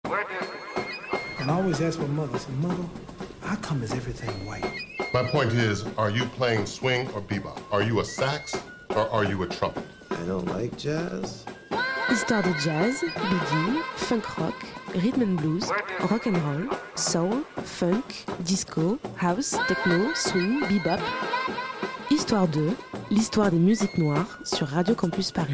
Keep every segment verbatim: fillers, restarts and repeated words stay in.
And I always ask my mother, I said, Mother, how come is everything white? My point is, are you playing swing or bebop? Are you a sax or are you a trumpet? I don't like jazz. Histoire de jazz, boogie, funk rock, rhythm and blues, rock and roll, soul, funk, disco, house, techno, swing, bebop. Histoire de, l'histoire des musiques noires sur Radio Campus Paris.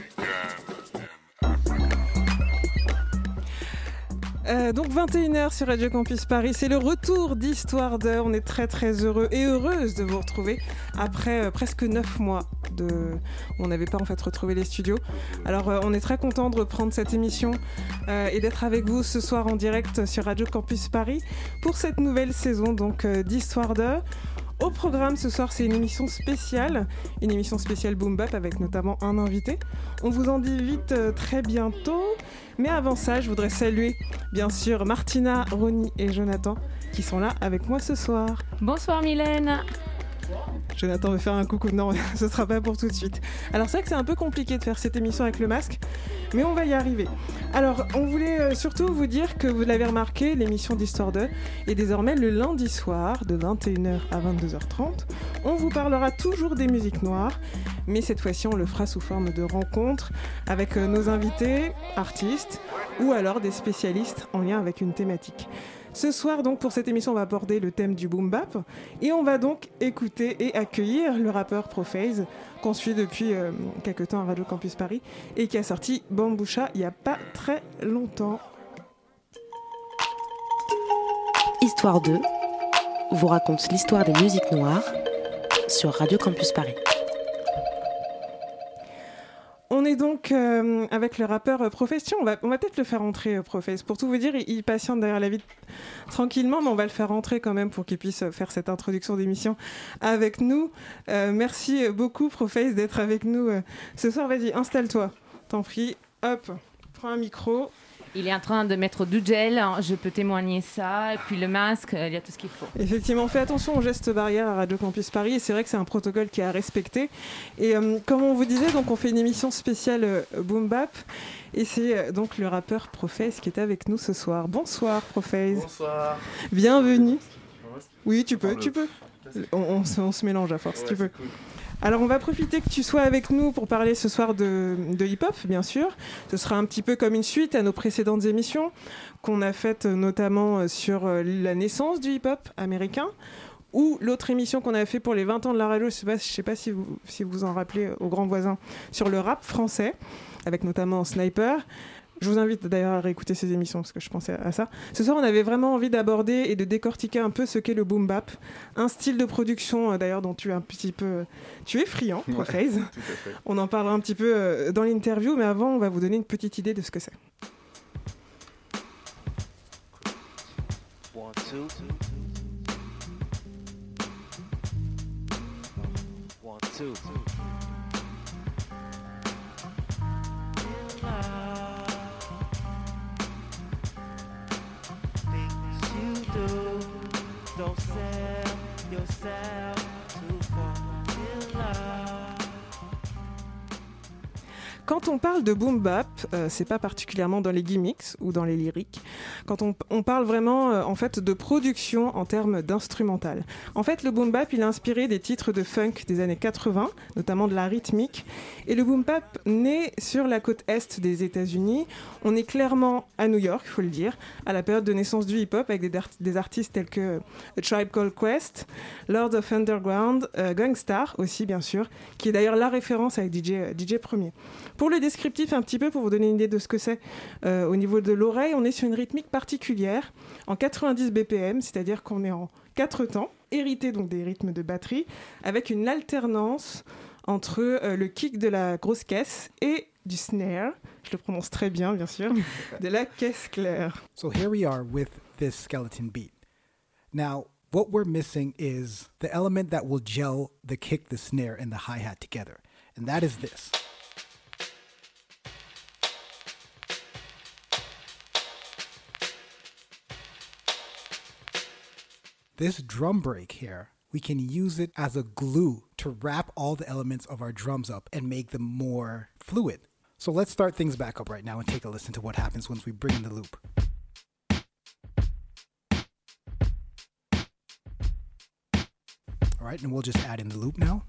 Euh, donc vingt et une heures sur Radio Campus Paris, c'est le retour d'Histoire de. On est très très heureux et heureuse de vous retrouver après euh, presque neuf mois de... on n'avait pas en fait retrouvé les studios. Alors euh, on est très content de reprendre cette émission euh, et d'être avec vous ce soir en direct sur Radio Campus Paris pour cette nouvelle saison donc euh, d'Histoire de. Au programme ce soir, c'est une émission spéciale, une émission spéciale Boom Bap avec notamment un invité. On vous en dit vite euh, très bientôt. Mais avant ça, je voudrais saluer bien sûr Martina, Ronnie et Jonathan qui sont là avec moi ce soir. Bonsoir Mylène. Jonathan veut faire un coucou. Non, ce sera pas pour tout de suite. Alors c'est vrai que c'est un peu compliqué de faire cette émission avec le masque, mais on va y arriver. Alors on voulait euh, surtout vous dire que vous l'avez remarqué, l'émission d'Histoire de est désormais le lundi soir de vingt et une heures à vingt-deux heures trente. On vous parlera toujours des musiques noires, mais cette fois-ci on le fera sous forme de rencontres avec euh, nos invités, artistes ou alors des spécialistes en lien avec une thématique. Ce soir, donc, pour cette émission, on va aborder le thème du boom bap et on va donc écouter et accueillir le rappeur Prophase qu'on suit depuis euh, quelques temps à Radio Campus Paris et qui a sorti Bamboucha il n'y a pas très longtemps. Histoire de vous raconte l'histoire des musiques noires sur Radio Campus Paris. On est donc euh, avec le rappeur euh, Prophase. On va, on va peut-être le faire entrer, euh, Prophase. Pour tout vous dire, il, il patiente derrière la vitre tranquillement, mais on va le faire entrer quand même pour qu'il puisse faire cette introduction d'émission avec nous. Euh, merci beaucoup, Prophase, d'être avec nous euh, ce soir. Vas-y, installe-toi. T'en prie. Hop, prends un micro. Il est en train de mettre du gel, je peux témoigner ça, et puis le masque, il y a tout ce qu'il faut. Effectivement, on fait attention aux gestes barrières à Radio Campus Paris, et c'est vrai que c'est un protocole qui est à respecter. Et euh, comme on vous disait, donc on fait une émission spéciale euh, Boom Bap, et c'est euh, donc le rappeur Prophase qui est avec nous ce soir. Bonsoir Prophase. Bonsoir. Bienvenue. Oui, tu peux, tu peux. On, on, se, on se mélange à force, ouais, tu peux. Cool. Alors on va profiter que tu sois avec nous pour parler ce soir de, de hip-hop, bien sûr. Ce sera un petit peu comme une suite à nos précédentes émissions qu'on a faites notamment sur la naissance du hip-hop américain ou l'autre émission qu'on a fait pour les vingt ans de la radio, je ne sais pas, je sais pas si vous si vous en rappelez aux grands voisins, sur le rap français, avec notamment Sniper. Je vous invite d'ailleurs à réécouter ces émissions parce que je pensais à ça. Ce soir, on avait vraiment envie d'aborder et de décortiquer un peu ce qu'est le boom bap, un style de production d'ailleurs dont tu es un petit peu, tu es friand, Prophase. Ouais, on en parlera un petit peu dans l'interview, mais avant, on va vous donner une petite idée de ce que c'est. One, two. One, two. Don't sell yourself to fall in love. Quand on parle de boom bap, euh, c'est pas particulièrement dans les gimmicks ou dans les lyriques. Quand on, on parle vraiment euh, en fait de production en termes d'instrumental. En fait, le boom bap, il est inspiré des titres de funk des années quatre-vingts, notamment de la rythmique. Et le boom bap naît sur la côte est des États-Unis. On est clairement à New York, il faut le dire, à la période de naissance du hip-hop, avec des, dar- des artistes tels que A Tribe Called Quest, Lords of Underground, euh, Gang Starr aussi bien sûr, qui est d'ailleurs la référence avec D J, euh, D J Premier. Pour le descriptif, un petit peu, pour vous donner une idée de ce que c'est, euh, au niveau de l'oreille, on est sur une rythmique particulière, en quatre-vingt-dix B P M, c'est-à-dire qu'on est en quatre temps, hérité donc des rythmes de batterie, avec une alternance entre euh, le kick de la grosse caisse et du snare, je le prononce très bien, bien sûr, de la caisse claire. So here we are with this skeleton beat. Now, what we're missing is the element that will gel the kick, the snare, and the hi-hat together, and that is this. This drum break here, we can use it as a glue to wrap all the elements of our drums up and make them more fluid. So let's start things back up right now and take a listen to what happens once we bring in the loop. All right, and we'll just add in the loop now.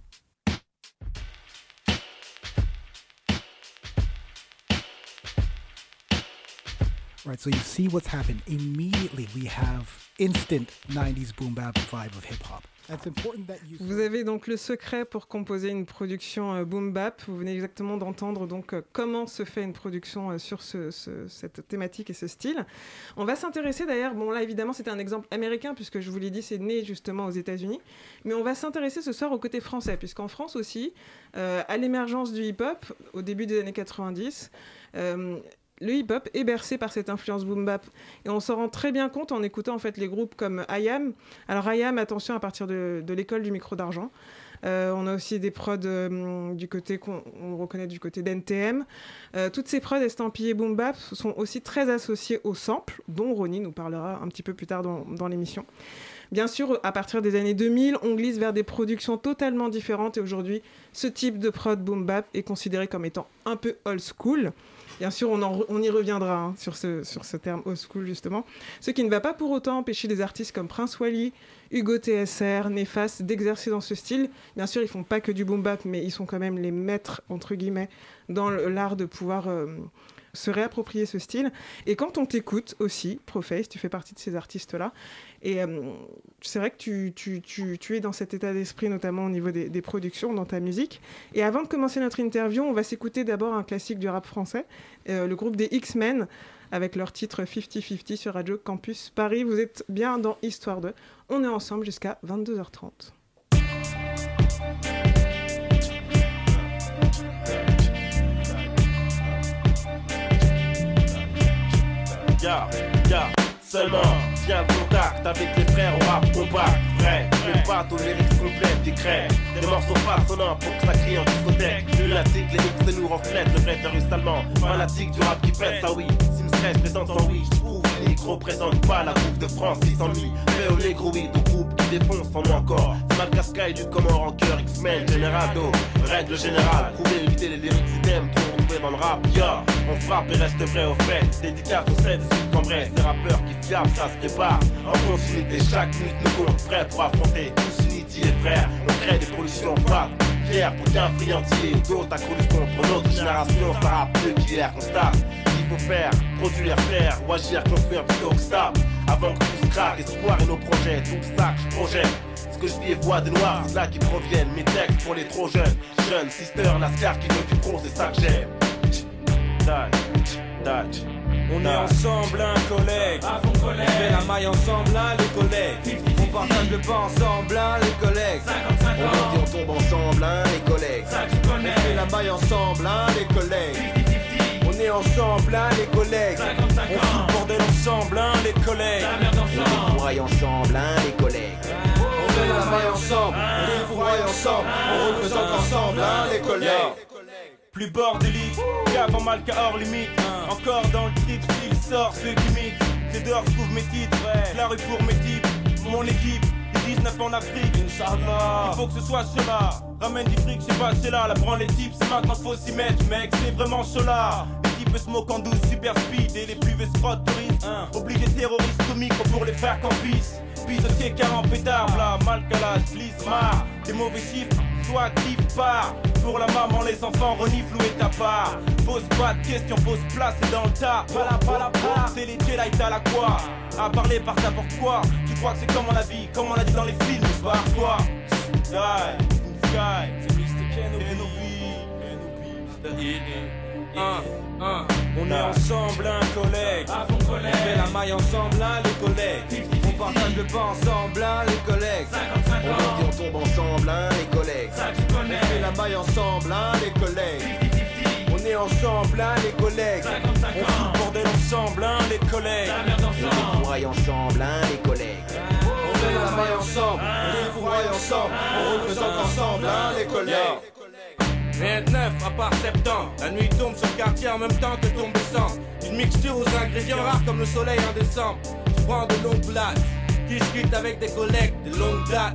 Right, so you see what's happened. Immediately, we have instant nineties boom bap vibe of hip hop. It's important that you... Vous avez donc le secret pour composer une production euh, boom bap. Vous venez exactement d'entendre donc euh, comment se fait une production euh, sur ce, ce, cette thématique et ce style. On va s'intéresser d'ailleurs, bon là évidemment c'était un exemple américain puisque je vous l'ai dit c'est né justement aux États-Unis, mais on va s'intéresser ce soir au côté français puisqu'en France aussi, euh, à l'émergence du hip-hop au début des années quatre-vingt-dix, euh, le hip-hop est bercé par cette influence boom-bap. Et on s'en rend très bien compte en écoutant en fait, les groupes comme I A M. Alors I A M, attention, à partir de, de l'école du micro d'argent. Euh, on a aussi des prods euh, du côté qu'on on reconnaît du côté d'N T M. Euh, toutes ces prods estampillées boom-bap sont aussi très associées aux samples, dont Ronnie nous parlera un petit peu plus tard dans, dans l'émission. Bien sûr, à partir des années deux mille, on glisse vers des productions totalement différentes. Et aujourd'hui, ce type de prod boom-bap est considéré comme étant un peu old school. Bien sûr, on, en, on y reviendra hein, sur, ce, sur ce terme old school, justement. Ce qui ne va pas pour autant empêcher des artistes comme Prince Wally, Hugo T S R, Néfaste d'exercer dans ce style. Bien sûr, ils ne font pas que du boom-bap, mais ils sont quand même les maîtres, entre guillemets, dans l'art de pouvoir euh, se réapproprier ce style. Et quand on t'écoute aussi, Proface, tu fais partie de ces artistes-là. Et euh, c'est vrai que tu, tu, tu, tu es dans cet état d'esprit, notamment au niveau des, des productions, dans ta musique. Et avant de commencer notre interview, on va s'écouter d'abord un classique du rap français, euh, le groupe des X-Men, avec leur titre cinquante cinquante sur Radio Campus Paris. Vous êtes bien dans Histoire deux. On est ensemble jusqu'à vingt-deux heures trente. Yeah, yeah. Seulement, viens en contact avec les frères au rap compact. Vrai, les battes aux lyrics complètes des craies. Des morceaux façonnants pour que ça crie en discothèque. Lunatique, les mix de nous reflètent le vrai terroriste allemand. Fanatique du rap qui pète, ça oui. Si me stress présente en oui, je trouve les gros présente pas la coupe de France six cent mille. Fait au négro, oui, de groupe qui défonce en moi encore. C'est mal cascaille du comment en cœur, X-Men, Générado. Règle générale, prouver éviter les lyrics items pour retrouver dans le rap. Yeah, on frappe et reste vrai au fait. Dédicace au sept de suite en vrai, ces rappeurs qui fiable, ça se prépare. En continuité, chaque minute nous compte, prêt pour affronter tous Unity et frères. On crée des productions fat, fiers pour qu'un friandier ou d'autres accrochons pour notre génération. Ça rappe mieux qu'hier, constate qu'il faut faire, produire, faire ou agir, construire plutôt que stable. Avant que tout se craque, espoir et nos projets, tout ça que je projette. Ce que je vis et vois des noirs, c'est là qui proviennent mes textes pour les trop jeunes. Jeunes, sister, Nascar qui veut du bronze, c'est ça que j'aime. Dodge, dodge. On est ensemble, un collègue. On fait la maille ensemble, hein, les collègues. On partage le pain ensemble, hein, les collègues. On monte et on tombe ensemble, hein, les collègues. On fait la maille ensemble, hein, les collègues. On est ensemble, hein, les collègues. On fout le bordel ensemble, hein, les collègues. On défouraille ensemble, hein, les collègues. On fait la maille ensemble, on défouraille ensemble. On représente ensemble, hein, les collègues. Plus bordélique, qu'avant mal qu'à hors limite. Encore dans le trip, il sort ceux qui mixent. C'est dehors je trouve mes titres, la rue pour mes types. Mon équipe, les dix-neuf en Afrique, Inch'Allah. Il faut que ce soit cela, ramène du fric, je sais pas, c'est là. La branle les types, c'est maintenant faut s'y mettre, mec, c'est vraiment chaud là. Les types smoke en douce, super speed. Et les plus vesprod touristes, obligés terroristes comiques pour les faire campus. Pisotier quarante pétards, là, mal calage, glisse, marre. Des mauvais chiffres, soit actif, part. Pour la maman, les enfants, renifle où est ta part. Pose pas de questions, pose place et dans le tas. Pas pas la part, c'est les Jedi, t'as la quoi. À parler par ta pourquoi. Tu crois que c'est comme on la vie, comme on l'a dit dans les films, par toi. Sky, Sky, c'est mister Kenobi. Kenobi, un, un. On est ensemble, un collègue. On fait la maille ensemble, hein, les collègues. On partage le pain ensemble, hein, les collègues. On monte et on tombe ensemble, hein, les collègues. On fait la maille ensemble, hein, les collègues. On est ensemble, hein, les collègues. On fout le bordel ensemble, hein, les collègues. On défouraille ensemble, hein, les collègues. On fait la maille ensemble, on défouraille ensemble. On représente ensemble, hein, les collègues. Rien de neuf à part septembre. La nuit tombe sur le quartier en même temps que tombe l'essence. Une mixture aux ingrédients rares comme le soleil en décembre. Je prends de longues blagues, discute avec des collègues de longue date.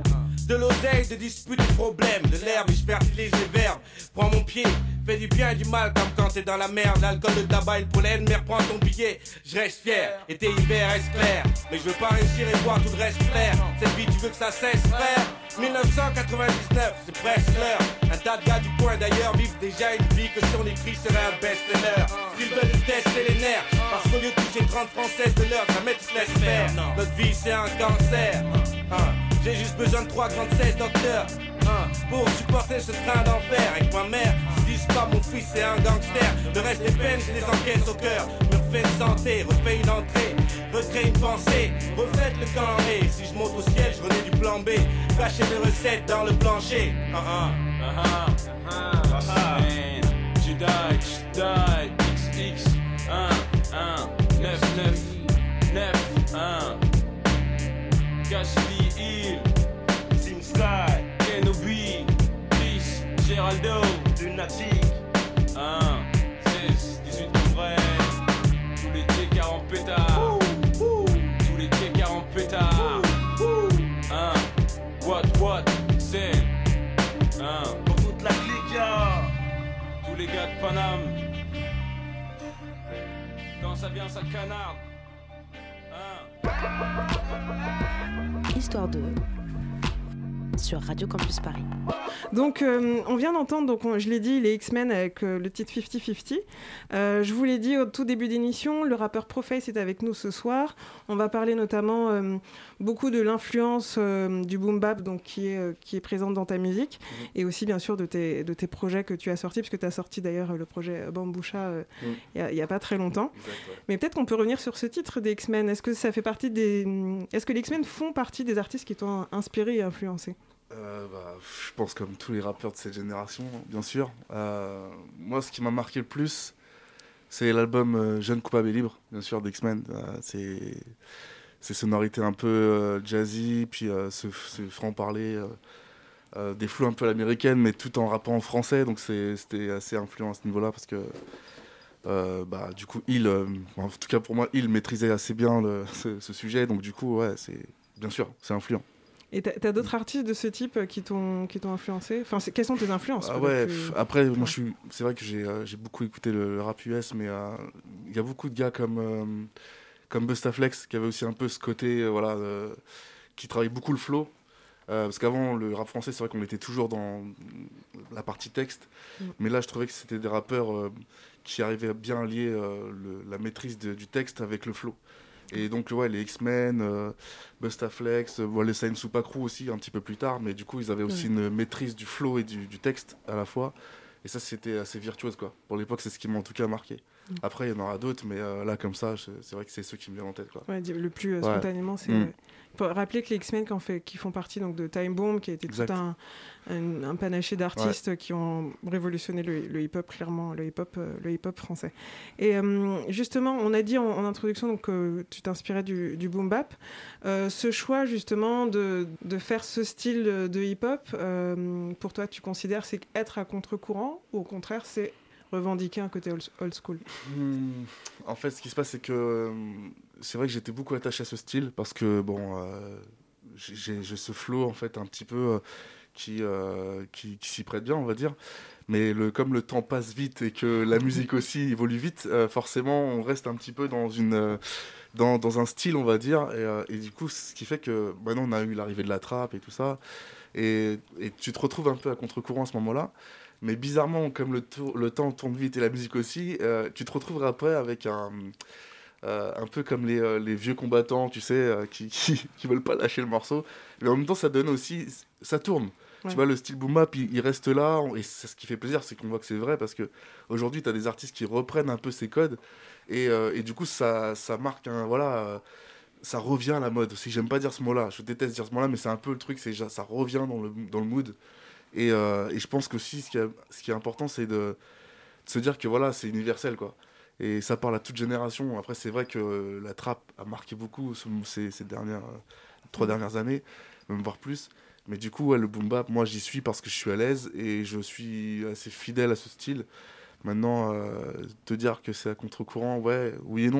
De l'oseille, de disputes, de problèmes, de l'herbe et je fertilise les verbes. Prends mon pied, fais du bien et du mal comme quand t'es dans la merde. L'alcool, le tabac et le pollen, mère prends ton billet. Je reste fier, été, hiver, reste clair. Mais je veux pas réussir et voir tout le reste clair. Cette vie, tu veux que ça cesse, frère? dix-neuf cent quatre-vingt-dix-neuf, c'est presque l'heure. Un tas de gars du coin d'ailleurs vivent déjà une vie que si on écrit serait un best-seller. S'ils veulent nous tester les nerfs, parce qu'au lieu de toucher trente françaises de l'heure, jamais tu te laisses faire. Notre vie c'est un cancer. Hein. J'ai juste besoin de trois grandes seize docteurs hein, pour supporter ce train d'enfer. Avec ma mère, ils disent pas mon fils c'est un gangster. Le reste des peines, je les encaisse au cœur. Me refais une santé, refais une entrée, recrée une pensée, reflète le camp et si je monte au ciel, je renais du plan B. Cacher mes recettes dans le plancher. Uh -huh. Uh -huh. Uh -huh. Uh -huh. J'ai die, j'ai die, X X, un, un, neuf, neuf, neuf, un. Cassidy Hill, Sim Sky, Kenobi, Chris, Geraldo, Lunatic, un, seize, dix-huit vrai, tous les T quarante pétards, tous les T quarante pétards, un, what, what, c'est, un, pour toute la clique, tous les gars de Paname, quand ça vient ça canarde. Histoire deux sur Radio Campus Paris. Donc, euh, on vient d'entendre, donc on, je l'ai dit, les X-Men avec euh, le titre cinquante cinquante. Euh, je vous l'ai dit au tout début d'émission, le rappeur Proface est avec nous ce soir. On va parler notamment euh, beaucoup de l'influence euh, du boom bap, donc qui est euh, qui est présente dans ta musique, mmh. et aussi bien sûr de tes de tes projets que tu as sortis, puisque tu as sorti d'ailleurs le projet Bamboucha euh, mmh. il y a, il y a pas très longtemps. Exact, ouais. Mais peut-être qu'on peut revenir sur ce titre des X-Men. Est-ce que ça fait partie des Est-ce que les X-Men font partie des artistes qui t'ont inspiré et influencé? Euh, bah, je pense comme tous les rappeurs de cette génération, bien sûr. Euh, moi, ce qui m'a marqué le plus, c'est l'album euh, Jeune, coupable et libre, bien sûr, d'X-Men. Euh, c'est ces sonorités un peu euh, jazzy, puis euh, ce, ce franc-parler, euh, euh, des flows un peu à l'américaine, mais tout en rappant en français. Donc c'est, c'était assez influent à ce niveau-là, parce que euh, bah, du coup, il, euh, en tout cas pour moi, il maîtrisait assez bien le, ce, ce sujet. Donc du coup, ouais, c'est, bien sûr, c'est influent. Et t'as, t'as d'autres artistes de ce type qui t'ont, qui t'ont influencé? Enfin, c'est, quelles sont tes influences? Ah ouais, que... après, moi, je suis, c'est vrai que j'ai, euh, j'ai beaucoup écouté le, le rap U S, mais il euh, y a beaucoup de gars comme, euh, comme Bustaflex qui avait aussi un peu ce côté, euh, voilà, euh, qui travaille beaucoup le flow. Euh, parce qu'avant, le rap français, c'est vrai qu'on était toujours dans la partie texte, mm. mais là, je trouvais que c'était des rappeurs euh, qui arrivaient à bien lier euh, le, la maîtrise de, du texte avec le flow. Et donc, ouais, les X-Men, euh, Bustaflex, euh, les Science Super Crew aussi, un petit peu plus tard, mais du coup, ils avaient aussi mmh. une maîtrise du flow et du, du texte à la fois. Et ça, c'était assez virtuose, quoi. Pour l'époque, c'est ce qui m'a en tout cas marqué. Mmh. Après, il y en aura d'autres, mais euh, là, comme ça, c'est vrai que c'est ceux qui me viennent en tête, quoi. Ouais, le plus euh, spontanément, ouais. c'est... Mmh. Il faut rappeler que les X-Men qui, fait, qui font partie donc, de Time Bomb, qui a été exact. tout un, un, un panaché d'artistes ouais. qui ont révolutionné le, le hip-hop, clairement, le hip-hop, euh, le hip-hop français. Et euh, justement, on a dit en, en introduction donc, que euh, tu t'inspirais du, du boom bap. Euh, ce choix, justement, de, de faire ce style de, de hip-hop, euh, pour toi, tu considères c'est être à contre-courant ou au contraire, c'est revendiquer un côté old school? mmh, En fait, ce qui se passe, c'est que c'est vrai que j'étais beaucoup attaché à ce style parce que, bon, euh, j'ai, j'ai ce flow, en fait, un petit peu euh, qui, euh, qui, qui s'y prête bien, on va dire. Mais le, comme le temps passe vite et que la musique aussi évolue vite, euh, forcément, on reste un petit peu dans, une, euh, dans, dans un style, on va dire. Et, euh, et du coup, ce qui fait que maintenant, on a eu l'arrivée de la trappe et tout ça. Et, et tu te retrouves un peu à contre-courant à ce moment-là. Mais bizarrement, comme le, tour, le temps tourne vite et la musique aussi, euh, tu te retrouves après avec un, euh, un peu comme les, euh, les vieux combattants, tu sais, euh, qui, qui, qui veulent pas lâcher le morceau. Mais en même temps, ça donne aussi, ça tourne. Ouais. Tu vois, le style boom bap, il, il reste là. Et c'est ce qui fait plaisir, c'est qu'on voit que c'est vrai parce que aujourd'hui, tu as des artistes qui reprennent un peu ces codes. Et, euh, et du coup, ça, ça marque un, voilà, euh, ça revient à la mode. Si j'aime pas dire ce mot-là, je déteste dire ce mot-là, mais c'est un peu le truc, c'est ça revient dans le, dans le mood. Et, euh, et je pense qu'aussi, ce qui, a, ce qui est important, c'est de, de se dire que voilà, c'est universel, quoi. Et ça parle à toute génération. Après, c'est vrai que la trappe a marqué beaucoup ces, ces dernières, euh, trois dernières années, même voire plus. Mais du coup, ouais, le boom bap, moi, j'y suis parce que je suis à l'aise et je suis assez fidèle à ce style. Maintenant, euh, te dire que c'est à contre-courant, ouais, oui et non, quoi.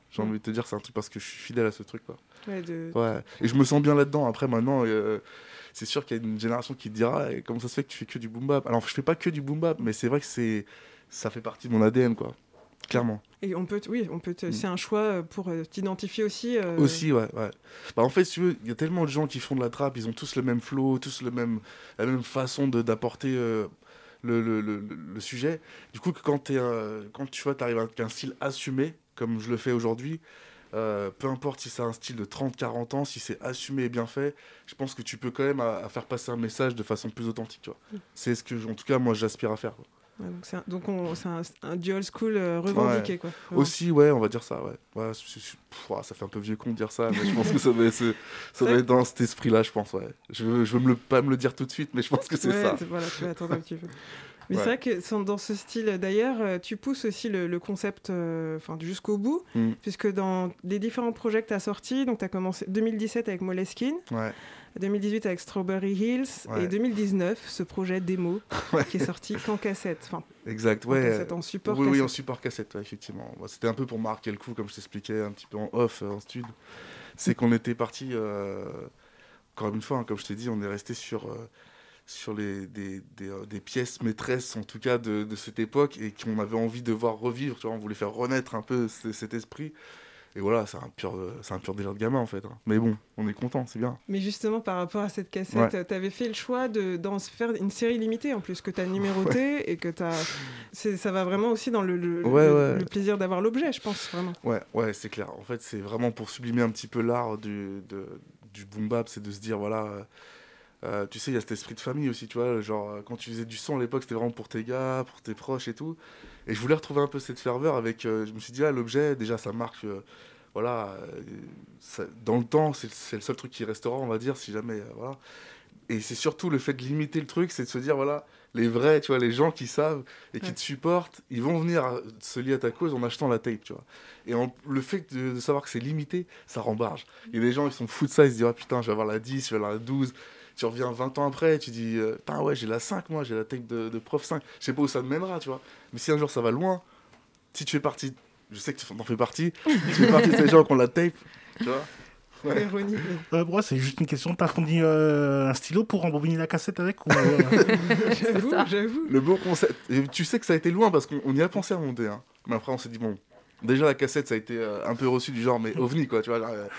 J'ai envie de te dire, c'est un truc parce que je suis fidèle à ce truc, quoi. Ouais, de... ouais. Et je me sens bien là-dedans. Après, maintenant, euh, c'est sûr qu'il y a une génération qui te dira eh, comment ça se fait que tu fais que du boom bap. Alors, je fais pas que du boom bap, mais c'est vrai que c'est, ça fait partie de mon A D N, quoi. Clairement. Et on peut, t- oui, on peut. T- c'est un choix pour euh, t'identifier aussi. Euh... Aussi, ouais, ouais. Bah, en fait, si tu veux, il y a tellement de gens qui font de la trap, ils ont tous le même flow, tous le même, la même façon de, d'apporter euh, le, le, le, le sujet. Du coup, que quand, t'es, euh, quand tu vois, t'arrives avec un style assumé, comme je le fais aujourd'hui, euh, peu importe si c'est un style de trente quarante ans, si c'est assumé et bien fait, je pense que tu peux quand même à, à faire passer un message de façon plus authentique, tu vois. Mm. C'est ce que, en tout cas, moi, j'aspire à faire, quoi. Ouais, donc c'est un, donc on, c'est un, un du old school euh, revendiqué, ouais. quoi. Vraiment. Aussi, ouais, on va dire ça, ouais. ouais c'est, c'est, pff, ça fait un peu vieux con de dire ça, mais je pense que ça va, être, ça va être dans cet esprit-là, je pense, ouais. Je veux, je veux me le, pas me le dire tout de suite, mais je pense que c'est ouais, ça. C'est, voilà, tu vas attendre un petit peu. Mais ouais. c'est vrai que dans ce style, d'ailleurs, tu pousses aussi le, le concept euh, jusqu'au bout, mm. puisque dans les différents projets que tu as sortis, donc tu as commencé deux mille dix-sept avec Moleskine, ouais. deux mille dix-huit avec Strawberry Hills, ouais. et deux mille dix-neuf, ce projet démo ouais. qui est sorti qu'en cassette. Enfin, exact, ouais. En cassette, en support oui, cassette. Oui, en support cassette, ouais, effectivement. Bah, c'était un peu pour marquer le coup, comme je t'expliquais un petit peu en off, euh, en studio. C'est qu'on était parti, euh, encore une fois, hein, comme je t'ai dit, on est resté sur... Euh, sur les, des, des, euh, des pièces maîtresses, en tout cas, de, de cette époque, et qu'on avait envie de voir revivre, tu vois, on voulait faire renaître un peu c- cet esprit. Et voilà, c'est un pur, c'est un pur délire de gamin, en fait. Hein. Mais bon, on est content, c'est bien. Mais justement, par rapport à cette cassette, ouais. tu avais fait le choix de, d'en faire une série limitée, en plus, que tu as numérotée, ouais. et que tu as... Ça va vraiment aussi dans le, le, ouais, le, ouais. le plaisir d'avoir l'objet, je pense, vraiment. Ouais, ouais, c'est clair. En fait, c'est vraiment pour sublimer un petit peu l'art du, de, du boom bap, c'est de se dire, voilà... Euh, Euh, tu sais, il y a cet esprit de famille aussi, tu vois, genre euh, quand tu faisais du son à l'époque, c'était vraiment pour tes gars, pour tes proches et tout. Et je voulais retrouver un peu cette ferveur avec, euh, je me suis dit, ah, l'objet, déjà, ça marque, euh, voilà, euh, ça, dans le temps, c'est, c'est le seul truc qui restera, on va dire, si jamais, euh, voilà. Et c'est surtout le fait de limiter le truc, c'est de se dire, voilà, les vrais, tu vois, les gens qui savent et qui ouais. te supportent, ils vont venir se lier à ta cause en achetant la tape, tu vois. Et en, le fait de, de savoir que c'est limité, ça rembarge. Il y a des gens, ils sont fous de ça, ils se disent, ah, putain, je vais avoir la dix, je vais avoir la douze. Tu reviens vingt ans après, tu dis, putain, euh, ouais, j'ai la cinq, moi, j'ai la tape de, de prof cinq. Je sais pas où ça me mènera, tu vois. Mais si un jour ça va loin, si tu fais partie, je sais que tu en fais partie, tu fais partie de ces gens qui ont la tape, tu vois. Ouais. Euh, ouais, c'est juste une question. T'as fourni euh, un stylo pour embobiner la cassette avec ou, euh... J'avoue, j'avoue. Le bon concept. Et tu sais que ça a été loin parce qu'on y a pensé à monter. Hein. Mais après, on s'est dit, bon, déjà la cassette, ça a été euh, un peu reçu du genre, mais ovni, quoi, tu vois. Genre, euh...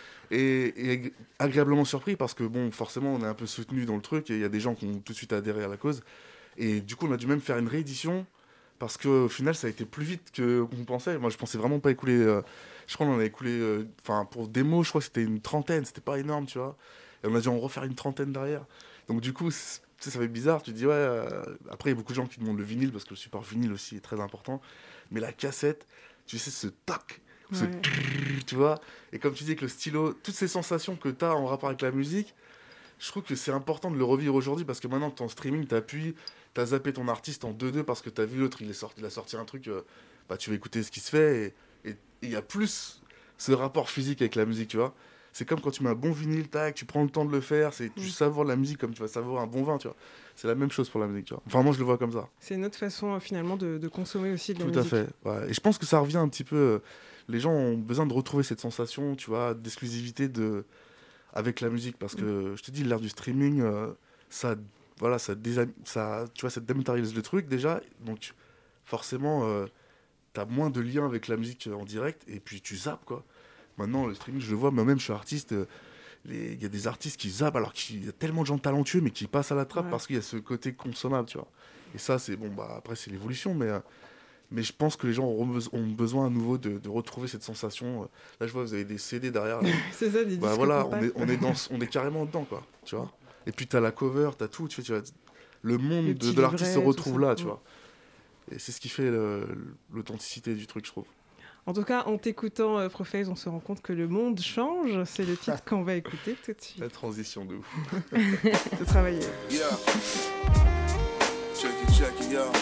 Et, et agréablement surpris parce que, bon, forcément, on est un peu soutenu dans le truc et il y a des gens qui ont tout de suite adhéré à la cause. Et du coup, on a dû même faire une réédition parce qu'au final, ça a été plus vite que, qu'on pensait. Moi, je pensais vraiment pas écouler. Euh, je crois qu'on en a écoulé. Enfin, euh, pour démo, je crois que c'était une trentaine. C'était pas énorme, tu vois. Et on a dû en refaire une trentaine derrière. Donc, du coup, ça fait bizarre. Tu te dis, ouais. Euh... Après, il y a beaucoup de gens qui demandent le vinyle parce que le support vinyle aussi est très important. Mais la cassette, tu sais, ce tac. Ce ouais. Tu vois, et comme tu dis que le stylo, toutes ces sensations que tu as en rapport avec la musique, je trouve que c'est important de le revivre aujourd'hui parce que maintenant que tu es en streaming, tu appuies, tu as zappé ton artiste en deux deux parce que tu as vu l'autre, il, est sorti, il a sorti un truc, euh, bah, tu vas écouter ce qui se fait et il y a plus ce rapport physique avec la musique, tu vois. C'est comme quand tu mets un bon vinyle, tac, tu prends le temps de le faire, c'est, tu mmh. savoures la musique comme tu vas savourer un bon vin, tu vois. C'est la même chose pour la musique, tu vois. Enfin, moi, je le vois comme ça. C'est une autre façon, euh, finalement, de, de consommer aussi de la Tout musique. Tout à fait. Ouais. Et je pense que ça revient un petit peu... Euh, les gens ont besoin de retrouver cette sensation, tu vois, d'exclusivité de... avec la musique. Parce que, mmh. je te dis, l'ère du streaming, euh, ça, voilà, ça, désam... ça, tu vois, ça dématérialise le truc, déjà. Donc, forcément, euh, t'as moins de lien avec la musique en direct, et puis tu zappes, quoi. Maintenant, le streaming, je le vois, moi-même, je suis artiste... Euh, il y a des artistes qui zappent alors qu'il y a tellement de gens talentueux mais qui passent à la trappe ouais. parce qu'il y a ce côté consommable, tu vois. Et ça, c'est bon, bah après, c'est l'évolution, mais, euh, mais je pense que les gens ont, ont besoin à nouveau de, de retrouver cette sensation. Là, je vois, vous avez des C D derrière. C'est ça, des bah, disques voilà, compacts. on est, on, est dans, on est carrément dedans, quoi, tu vois. Et puis, t'as la cover, t'as tout, tu vois, tu vois le monde le de, de l'artiste se retrouve là, tu vois. Et c'est ce qui fait le, l'authenticité du truc, je trouve. En tout cas, en t'écoutant euh, Prophase, on se rend compte que le monde change. C'est le titre qu'on va écouter tout de suite. La transition de ouf. C'est travaillé. Yeah. Check it, check it, yeah.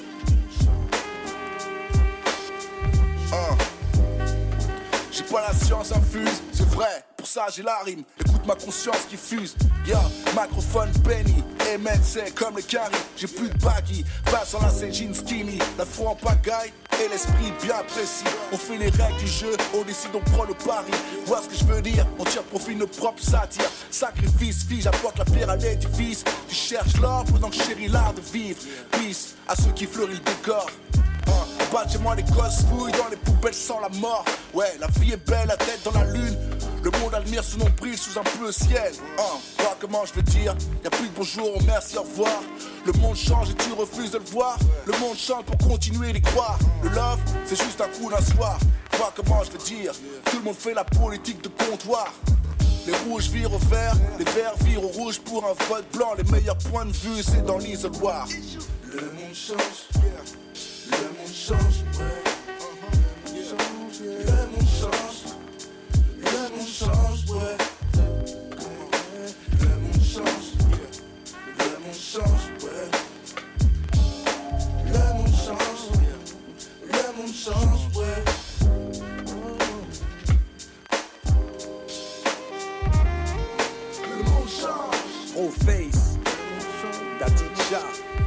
Uh. J'ai pas la science infuse, c'est vrai. Pour ça, j'ai la rime. Écoute ma conscience qui fuse. Yeah, microphone Benny. M N, c'est comme le carry. J'ai plus de baggy. Face en la c'est jean skinny. La foi en pagaille. et l'esprit bien précis. On fait les règles du jeu, on décide, on prend le pari. Vois ce que je veux dire, on tire profit de nos propres satires. Sacrifice, fille, j'apporte la pierre à l'édifice. Tu cherches l'or pendant que je chéris l'art de vivre. Peace à ceux qui fleurissent le décor. Bah, chez moi les gosses fouillent dans les poubelles sans la mort. Ouais, la vie est belle, la tête dans la lune. Le monde admire son nombril sous un bleu ciel. Hein, vois comment je veux dire. Y'a plus de bonjour, merci, au revoir. Le monde change et tu refuses de le voir. Le monde change pour continuer d'y croire. Le love, c'est juste un coup d'un soir. Vois comment je veux dire. Tout le monde fait la politique de comptoir. Les rouges virent au vert, les verts virent au rouge pour un vote blanc. Les meilleurs points de vue, c'est dans l'isoloir. Le monde change, le monde change, ouais. Le monde change, le monde change, ouais. Le monde change, le monde change, ouais. Le monde change, le monde change, ouais. Le monde change. Pro face, Daticha.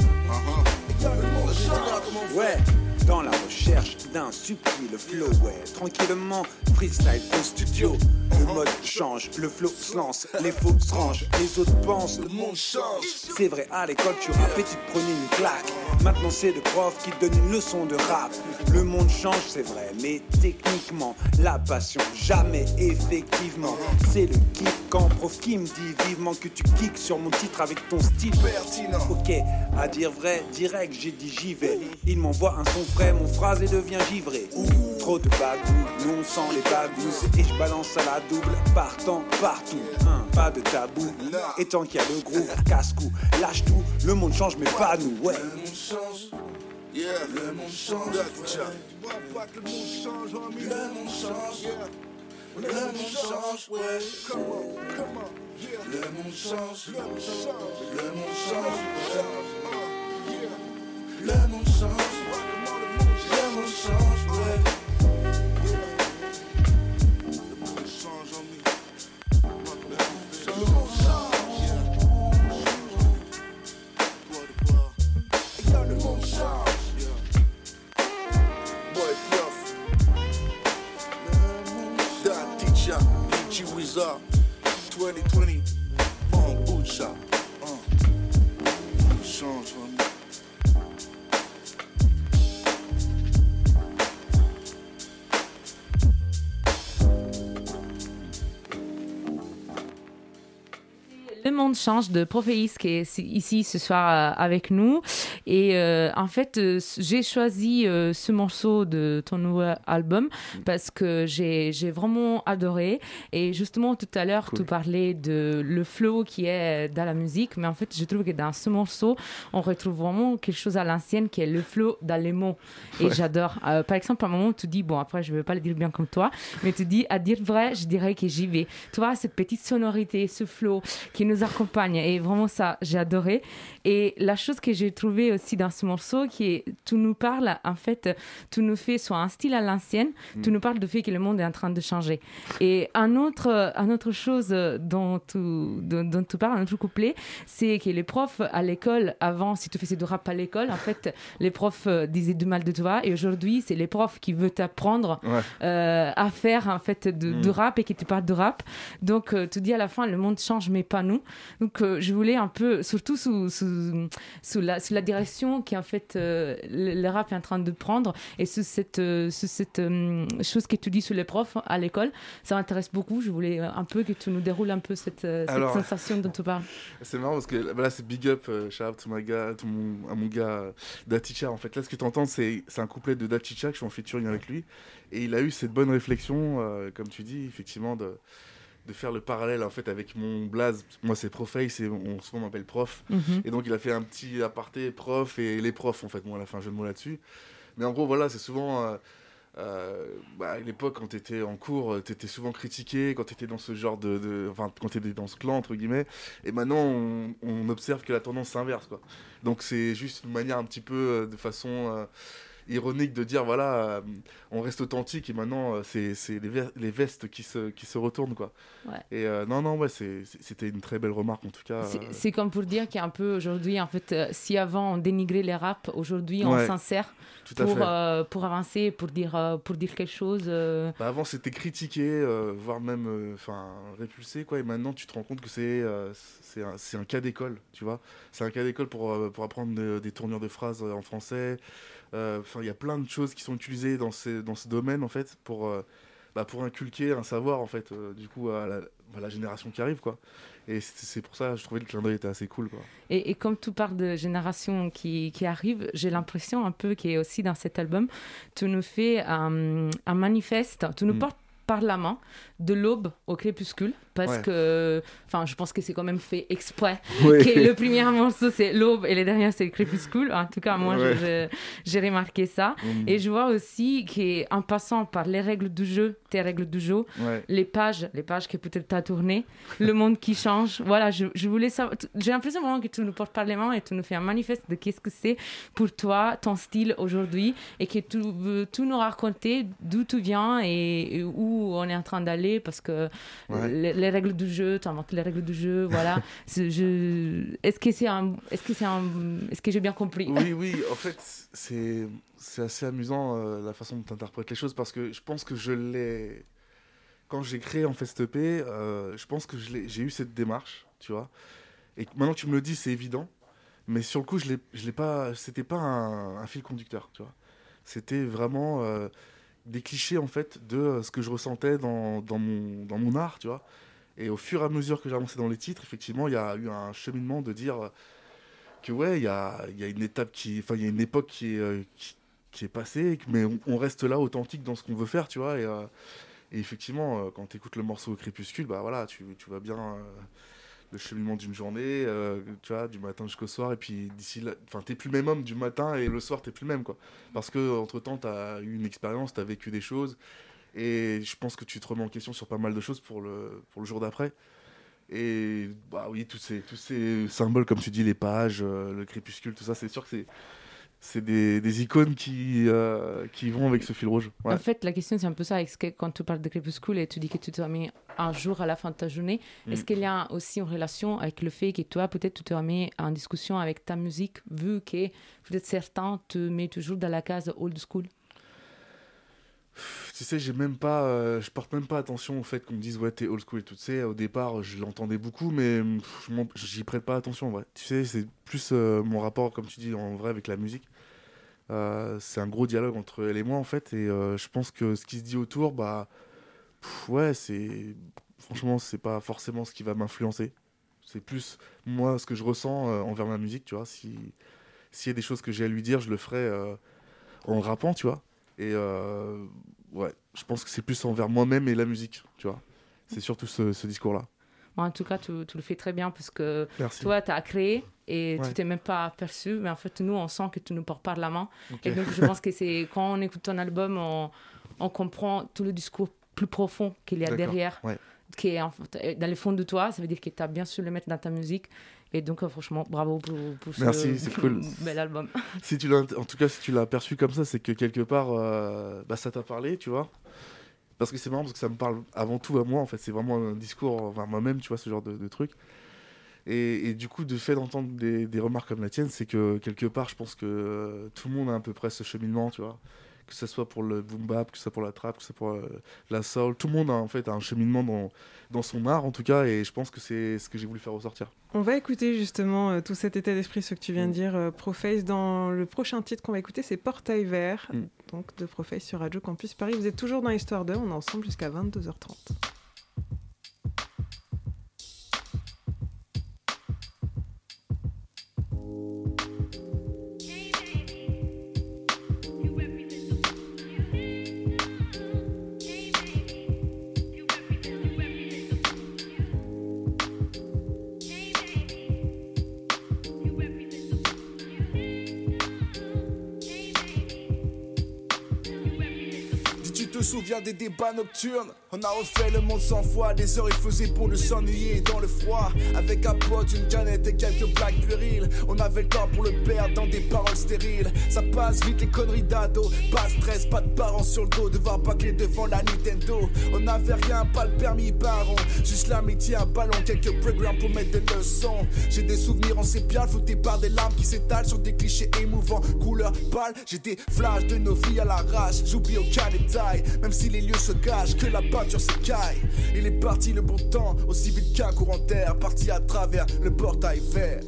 Ouais, dans la recherche d'un subtil flow, ouais. Tranquillement, freestyle au studio. Le mode change, le flow se lance, les faux se rangent, les autres pensent, le monde change. C'est vrai, à l'école tu rappais, tu te prenais une claque. Maintenant c'est le prof qui te donne une leçon de rap. Le monde change, c'est vrai, mais techniquement, la passion, jamais effectivement. C'est le kiff quand prof qui me dit vivement que tu kicks sur mon titre avec ton style pertinent. Ok, à dire vrai, direct, j'ai dit j'y vais. Il m'envoie un son frais, mon phrasé devient givré. Trop de bagou, nous on sent les bagous. Et je balance à la double, partant partout. Hein, pas de tabou, et tant qu'il y a le groove, casse-cou, lâche tout. Le monde change, mais pas nous, ouais. Le monde change, yeah. Le monde change, yeah. Tu vois pas que le monde change, homie. Le monde change, yeah. Le monde change, ouais. Come on, come on, yeah. Le monde change, le monde change, le monde change, yeah. Le monde change, le monde change, ouais. Le monde change, homie. Le monde change. Le monde change, yeah. Boy Prof, Da Teacher, G Wizard, twenty twenty, on boot shop. Uh. Le monde change, homie. Le monde change de Prophéis qui est ici ce soir avec nous. Et euh, en fait, euh, j'ai choisi euh, ce morceau de ton nouveau album parce que j'ai, j'ai vraiment adoré. Et justement, tout à l'heure, cool. Tu parlais de le flow qui est dans la musique. Mais en fait, je trouve que dans ce morceau, on retrouve vraiment quelque chose à l'ancienne qui est le flow dans les mots. Et ouais. J'adore. Euh, par exemple, à un moment, tu dis, bon, après, je ne vais pas le dire bien comme toi, mais tu dis, à dire vrai, je dirais que j'y vais. Tu vois, cette petite sonorité, ce flow qui nous accompagne. Et vraiment, ça, j'ai adoré. Et la chose que j'ai trouvée aussi dans ce morceau, qui est, tu nous parles, en fait, tu nous fais soit un style à l'ancienne, mm. tu nous parles du fait que le monde est en train de changer. Et un autre, un autre chose dont tu, dont, dont tu parles, un autre couplet, c'est que les profs à l'école, avant, si tu faisais du rap à l'école, en fait, les profs disaient du mal de toi. Et aujourd'hui, c'est les profs qui veulent t'apprendre ouais. euh, à faire, en fait, de, mm. de rap et qui te parlent de rap. Donc, euh, tu dis à la fin, le monde change, mais pas nous. Donc, euh, je voulais un peu, surtout sous, sous, sous, la, sous la direction qui, en fait, euh, le, le rap est en train de prendre et sous cette, euh, sous cette euh, chose que tu dis sur les profs à l'école, ça m'intéresse beaucoup. Je voulais un peu que tu nous déroules un peu cette, cette Alors, sensation dont tu parles. C'est marrant parce que là, c'est big up, euh, shout out to my gars, to mon, à mon gars euh, Daticha. En fait, là, ce que tu entends, c'est, c'est un couplet de Daticha que je suis en featuring avec lui. Et il a eu cette bonne réflexion, euh, comme tu dis, effectivement, de. de faire le parallèle en fait avec mon blaze. Moi c'est Proface et on souvent m'appelle prof mm-hmm. et donc il a fait un petit aparté prof et les profs en fait. Moi à la fin jeu de mots là-dessus, mais en gros voilà, c'est souvent euh, euh, bah, à l'époque quand t'étais en cours t'étais souvent critiqué quand t'étais dans ce genre de, de enfin quand t'étais dans ce clan entre guillemets, et maintenant on, on observe que la tendance s'inverse quoi. Donc c'est juste une manière un petit peu de façon euh, ironique de dire voilà, euh, on reste authentique et maintenant euh, c'est, c'est les, ver- les vestes qui se, qui se retournent quoi. Ouais. Et euh, non, non, ouais, c'est, c'est- c'était une très belle remarque en tout cas. C'est, euh. c'est comme pour dire qu'il y a un peu aujourd'hui, en fait, euh, si avant on dénigrait les raps, aujourd'hui on Ouais, s'insère tout à pour, fait. euh, pour avancer, pour dire, euh, pour dire quelque chose. euh. Bah, avant c'était critiqué, euh, voire même enfin répulsé quoi, et maintenant tu te rends compte que c'est, euh, c'est, un, c'est un cas d'école, tu vois. C'est un cas d'école pour, euh, pour apprendre de- des tournures de phrases euh, en français. Enfin, il y a plein de choses qui sont utilisées dans, ces, dans ce domaine en fait pour, euh, bah, pour inculquer un savoir en fait, euh, du coup à la, à la génération qui arrive quoi. Et c'est, c'est pour ça que je trouvais que le clin d'œil était assez cool quoi. Et, et comme tu parles de génération qui, qui arrive, j'ai l'impression un peu qu'il y a aussi dans cet album, tu nous fais un, un manifeste, tu nous Mm. portes par la main de l'aube au crépuscule, parce Ouais. que, enfin, je pense que c'est quand même fait exprès. Ouais. Que le premier morceau c'est l'aube et le dernier c'est le crépuscule. En tout cas, moi, Ouais. je- je- j'ai remarqué ça. Mm. Et je vois aussi qu'en passant par les règles du jeu, tes règles du jeu, Ouais. les pages, les pages que peut-être tu as tournées, le monde qui change. Voilà, je, je voulais savoir. t- J'ai l'impression vraiment que tu nous portes par les mains et tu nous fais un manifeste de qu'est-ce que c'est pour toi, ton style aujourd'hui, et que tu veux tout nous raconter d'où tu viens et, et où on est en train d'aller, parce que Ouais. les, les règles du jeu, tu inventes les règles du jeu, voilà. C'est- je... Est-ce que c'est un. Est-ce que c'est un. Est-ce que j'ai bien compris? Oui, oui, en fait, c'est, c'est assez amusant euh, la façon dont tu interprètes les choses parce que je pense que je l'ai. Quand j'ai créé en fait cette E P, euh, je pense que je l'ai... j'ai eu cette démarche, tu vois. Et maintenant que tu me le dis, c'est évident. Mais sur le coup, je l'ai, je l'ai pas. C'était pas un, un fil conducteur, tu vois. C'était vraiment euh, des clichés en fait de euh, ce que je ressentais dans, dans, mon, dans mon art, tu vois. Et au fur et à mesure que j'ai avancé dans les titres, effectivement, il y a eu un cheminement de dire. euh, que ouais, il y a, y a une étape qui, enfin il y a une époque qui est, euh, qui, qui est passée, mais on, on reste là authentique dans ce qu'on veut faire, tu vois. Et, euh, et effectivement, euh, quand tu écoutes le morceau au crépuscule, bah voilà, tu, tu vois bien euh, le cheminement d'une journée, euh, tu vois, du matin jusqu'au soir, et puis d'ici là, enfin t'es plus le même homme du matin et le soir t'es plus le même quoi, parce que entre temps t'as eu une expérience, t'as vécu des choses, et je pense que tu te remets en question sur pas mal de choses pour le pour le jour d'après. Et bah oui, tous ces, tous ces symboles, comme tu dis, les pages, euh, le crépuscule, tout ça, c'est sûr que c'est, c'est des, des icônes qui, euh, qui vont avec ce fil rouge. Ouais. En fait, la question, c'est un peu ça. Est-ce que quand tu parles de crépuscule et tu dis que tu te remets un jour à la fin de ta journée, Mm. est-ce qu'il y a aussi une relation avec le fait que toi, peut-être, tu te remets en discussion avec ta musique, vu que peut-être certains te mettent toujours dans la case old school? Tu sais, j'ai même pas, euh, je porte même pas attention au fait qu'on me dise ouais t'es old school et tout. Tu sais, au départ, je l'entendais beaucoup, mais pff, je m'en- j'y prête pas attention. En vrai. Tu sais, c'est plus euh, mon rapport, comme tu dis, en vrai avec la musique. Euh, c'est un gros dialogue entre elle et moi en fait, et euh, je pense que ce qui se dit autour, bah pff, ouais, c'est franchement c'est pas forcément ce qui va m'influencer. C'est plus moi ce que je ressens euh, envers ma musique, tu vois. Si s'il y a des choses que j'ai à lui dire, je le ferai euh, en rappant, tu vois. Et euh, ouais, je pense que c'est plus envers moi-même et la musique, tu vois. C'est surtout ce, ce discours-là. Bon, en tout cas, tu, tu le fais très bien parce que Merci. toi, tu as créé et Ouais. tu t'es même pas aperçu. Mais en fait, nous, on sent que tu nous portes par la main. Ok. Et donc, je pense que c'est quand on écoute ton album, on, on comprend tout le discours plus profond qu'il y a D'accord, derrière, ouais. qui est en fait dans le fond de toi. Ça veut dire que tu as bien su le mettre dans ta musique. Et donc, euh, franchement, bravo pour, pour ce Merci, c'est cool. bel album. Si tu l'as, en tout cas, si tu l'as perçu comme ça, c'est que quelque part, euh, bah, ça t'a parlé, tu vois. Parce que c'est marrant, parce que ça me parle avant tout à moi, en fait. C'est vraiment un discours envers moi-même, tu vois, ce genre de, de truc. Et, et du coup, de fait d'entendre des, des remarques comme la tienne, c'est que quelque part, je pense que euh, tout le monde a à peu près ce cheminement, tu vois. Que ce soit pour le boom bap, que ce soit pour la trap, que ce soit pour euh, la soul. Tout le monde a en fait un cheminement dans, dans son art, en tout cas, et je pense que c'est ce que j'ai voulu faire ressortir. On va écouter justement euh, tout cet état d'esprit, ce que tu viens de dire, euh, Proface. Dans le prochain titre qu'on va écouter, c'est Portail Vert, Mm. donc de Proface sur Radio Campus Paris. Vous êtes toujours dans Histoire deux, on est ensemble jusqu'à vingt-deux heures trente. souviens des débats nocturnes. On a refait le monde cent fois. Des heures il faisait bon de s'ennuyer dans le froid. Avec un pote, une canette et quelques blagues puériles. On avait le temps pour le perdre dans des paroles stériles. Ça passe vite les conneries d'ado. Pas de stress, pas de parents sur le dos. Devoir bâcler devant la Nintendo. On n'avait rien, pas le permis baron. Juste l'amitié, un ballon, quelques breakgrounds pour mettre des leçons. J'ai des souvenirs en sépia, foutés par des larmes qui s'étalent sur des clichés émouvants. Couleur pâle, j'ai des flashs de nos vies à l'arrache. J'oublie aucun détail, même si les lieux se cachent, que la peinture s'écaille. Il est parti le bon temps, aussi vite qu'un courant d'air, parti à travers le portail vert.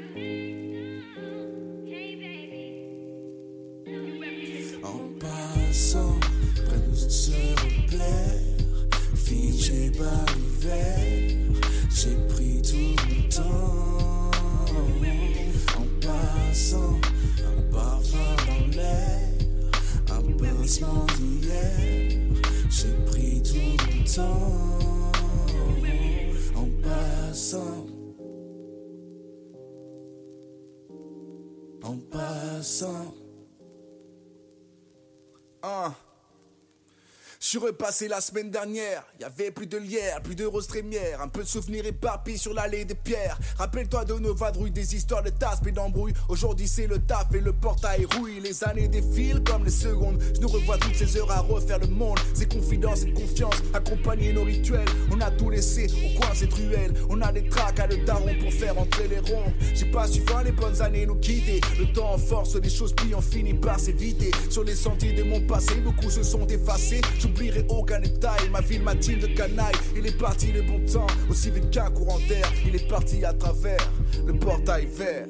En passant près de ce repère, figé par l'hiver, j'ai pris tout mon temps. En passant, un parfum dans l'air, un pincement d'hier, j'ai pris tout mon temps. En passant, en passant. Ah. Je suis repassé la semaine dernière, y'avait plus de lierre, plus de rose trémière, un peu de souvenirs éparpillés sur l'allée des pierres. Rappelle-toi de nos vadrouilles, des histoires de tasses et d'embrouilles. Aujourd'hui c'est le taf et le portail rouille. Les années défilent comme les secondes. Je nous revois toutes ces heures à refaire le monde. Ces confidences et de confiance, accompagner nos rituels. On a tout laissé au coin de cette ruelle. On a des tracks à le daron pour faire entrer les ronds. J'ai pas su voir les bonnes années nous quitter. Le temps en force, les choses puis on finit par s'éviter. Sur les sentiers de mon passé, beaucoup se sont effacés. J'oublierai aucun détail, ma ville m'a-t-il de canaille. Il est parti le bon temps, aussi vite qu'un courant d'air. Il est parti à travers le portail vert.